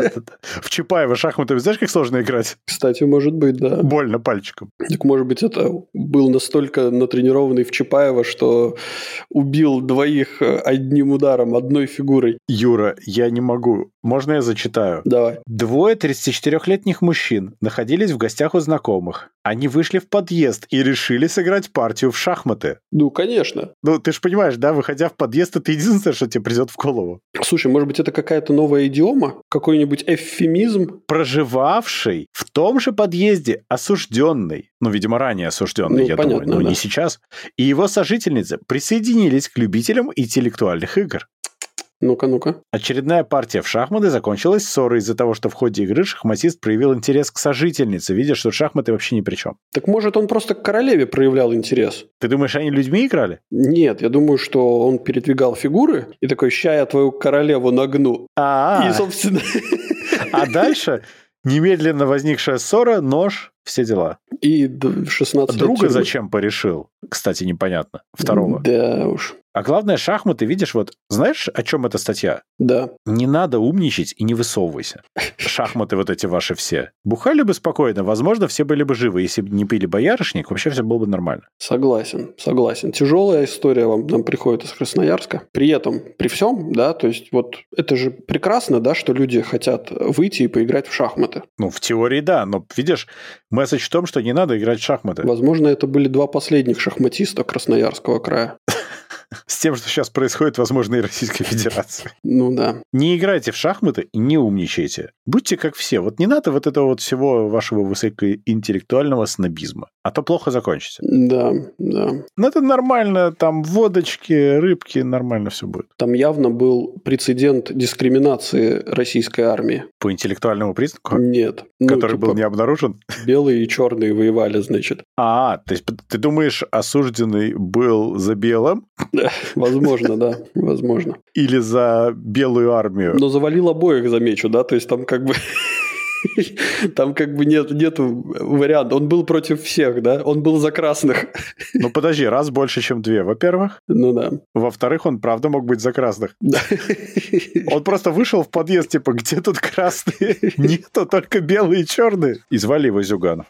В Чапаева шахматы, знаешь, как сложно играть? Кстати, может быть, да. Больно пальчиком. Так, может быть, это был настолько натренированный в Чапаева, что убил 2 одним ударом, одной фигурой. Юра, я не могу. Можно я зачитаю? Давай. 2 34-летних мужчин находились в гостях у знакомых. Они вышли в подъезд и решили сыграть партию в шахматы. Ну, конечно. Ну, ты же понимаешь, да, выходя в подъезд, это единственное, что тебе придет в голову. Слушай, может быть, это какая-то новая идиома? Какой-нибудь эвфемизм? Проживавший в том же подъезде осужденный, ну, видимо, ранее осужденный, я понятно, думаю, но да. не сейчас, и его сожительница присоединились к любителям интеллектуальных игр. Ну-ка. Очередная партия в шахматы закончилась ссорой из-за того, что в ходе игры шахматист проявил интерес к сожительнице, видя, что шахматы вообще ни при чем. Так может, он просто к королеве проявлял интерес? Ты думаешь, они людьми играли? Нет, я думаю, что он передвигал фигуры и такой, ща я твою королеву нагну. И, собственно... А дальше немедленно возникшая ссора, нож, все дела. И 16 лет. Друга зачем порешил? Кстати, непонятно. Второго. Да уж. А главное, шахматы, видишь, вот знаешь, о чем эта статья? Да. Не надо умничать и не высовывайся. Шахматы вот эти ваши все. Бухали бы спокойно, возможно, все были бы живы. Если бы не пили боярышник, вообще все было бы нормально. Согласен. Тяжелая история нам приходит из Красноярска. При этом, при всем, да, то есть вот это же прекрасно, да, что люди хотят выйти и поиграть в шахматы. Ну, в теории, да, но видишь, месседж в том, что не надо играть в шахматы. Возможно, это были 2 последних шахматиста Красноярского края. С тем, что сейчас происходит, возможно, и Российской Федерации. Ну да. Не играйте в шахматы и не умничайте. Будьте как все. Вот не надо вот этого вот всего вашего высокоинтеллектуального снобизма. А то плохо закончите. Да. Ну, это нормально. Там водочки, рыбки, нормально все будет. Там явно был прецедент дискриминации российской армии. По интеллектуальному признаку? Нет. Который был не обнаружен? Белые и черные воевали, значит. То есть ты думаешь, осужденный был за белым? Возможно, да. Возможно. Или за белую армию? Но завалил обоих, замечу, да? То есть там как бы... Там как бы нету варианта. Он был против всех, да? Он был за красных. Ну, подожди, раз больше, чем 2, во-первых. Ну да. Во-вторых, он правда мог быть за красных. Да. Он просто вышел в подъезд, типа, где тут красные? Нету, только белые и черные. И звали его Зюганов.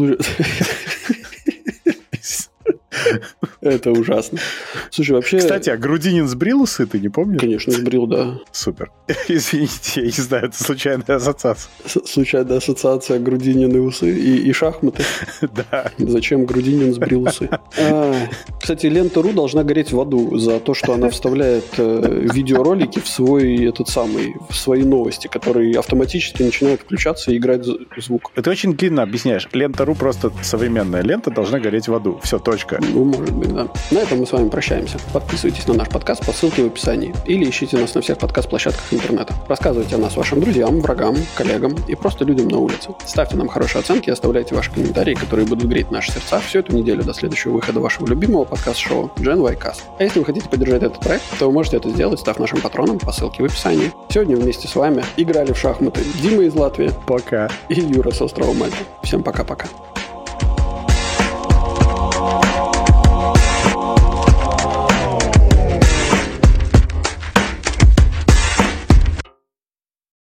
Это ужасно. Слушай, вообще... Кстати, а Грудинин сбрил усы, ты не помнишь? Конечно, сбрил, да. Супер. Извините, я не знаю, это случайная ассоциация. Случайная ассоциация Грудинин и усы и шахматы. Да. Зачем Грудинин сбрил усы? Кстати, Лента.ру должна гореть в аду за то, что она вставляет видеоролики в свои новости, которые автоматически начинают включаться и играть звук. Это очень длинно объясняешь. Лента.ру просто современная лента должна гореть в аду. Все, точка. Ну, может быть, да. На этом мы с вами прощаемся. Подписывайтесь на наш подкаст по ссылке в описании. Или ищите нас на всех подкаст-площадках интернета. Рассказывайте о нас вашим друзьям, врагам, коллегам и просто людям на улице. Ставьте нам хорошие оценки и оставляйте ваши комментарии, которые будут греть наши сердца всю эту неделю до следующего выхода вашего любимого подкаст-шоу Gen Y Cast. А если вы хотите поддержать этот проект, то вы можете это сделать, став нашим патроном по ссылке в описании. Сегодня вместе с вами играли в шахматы Дима из Латвии. Пока. И Юра с острова Мальта. Всем пока-пока.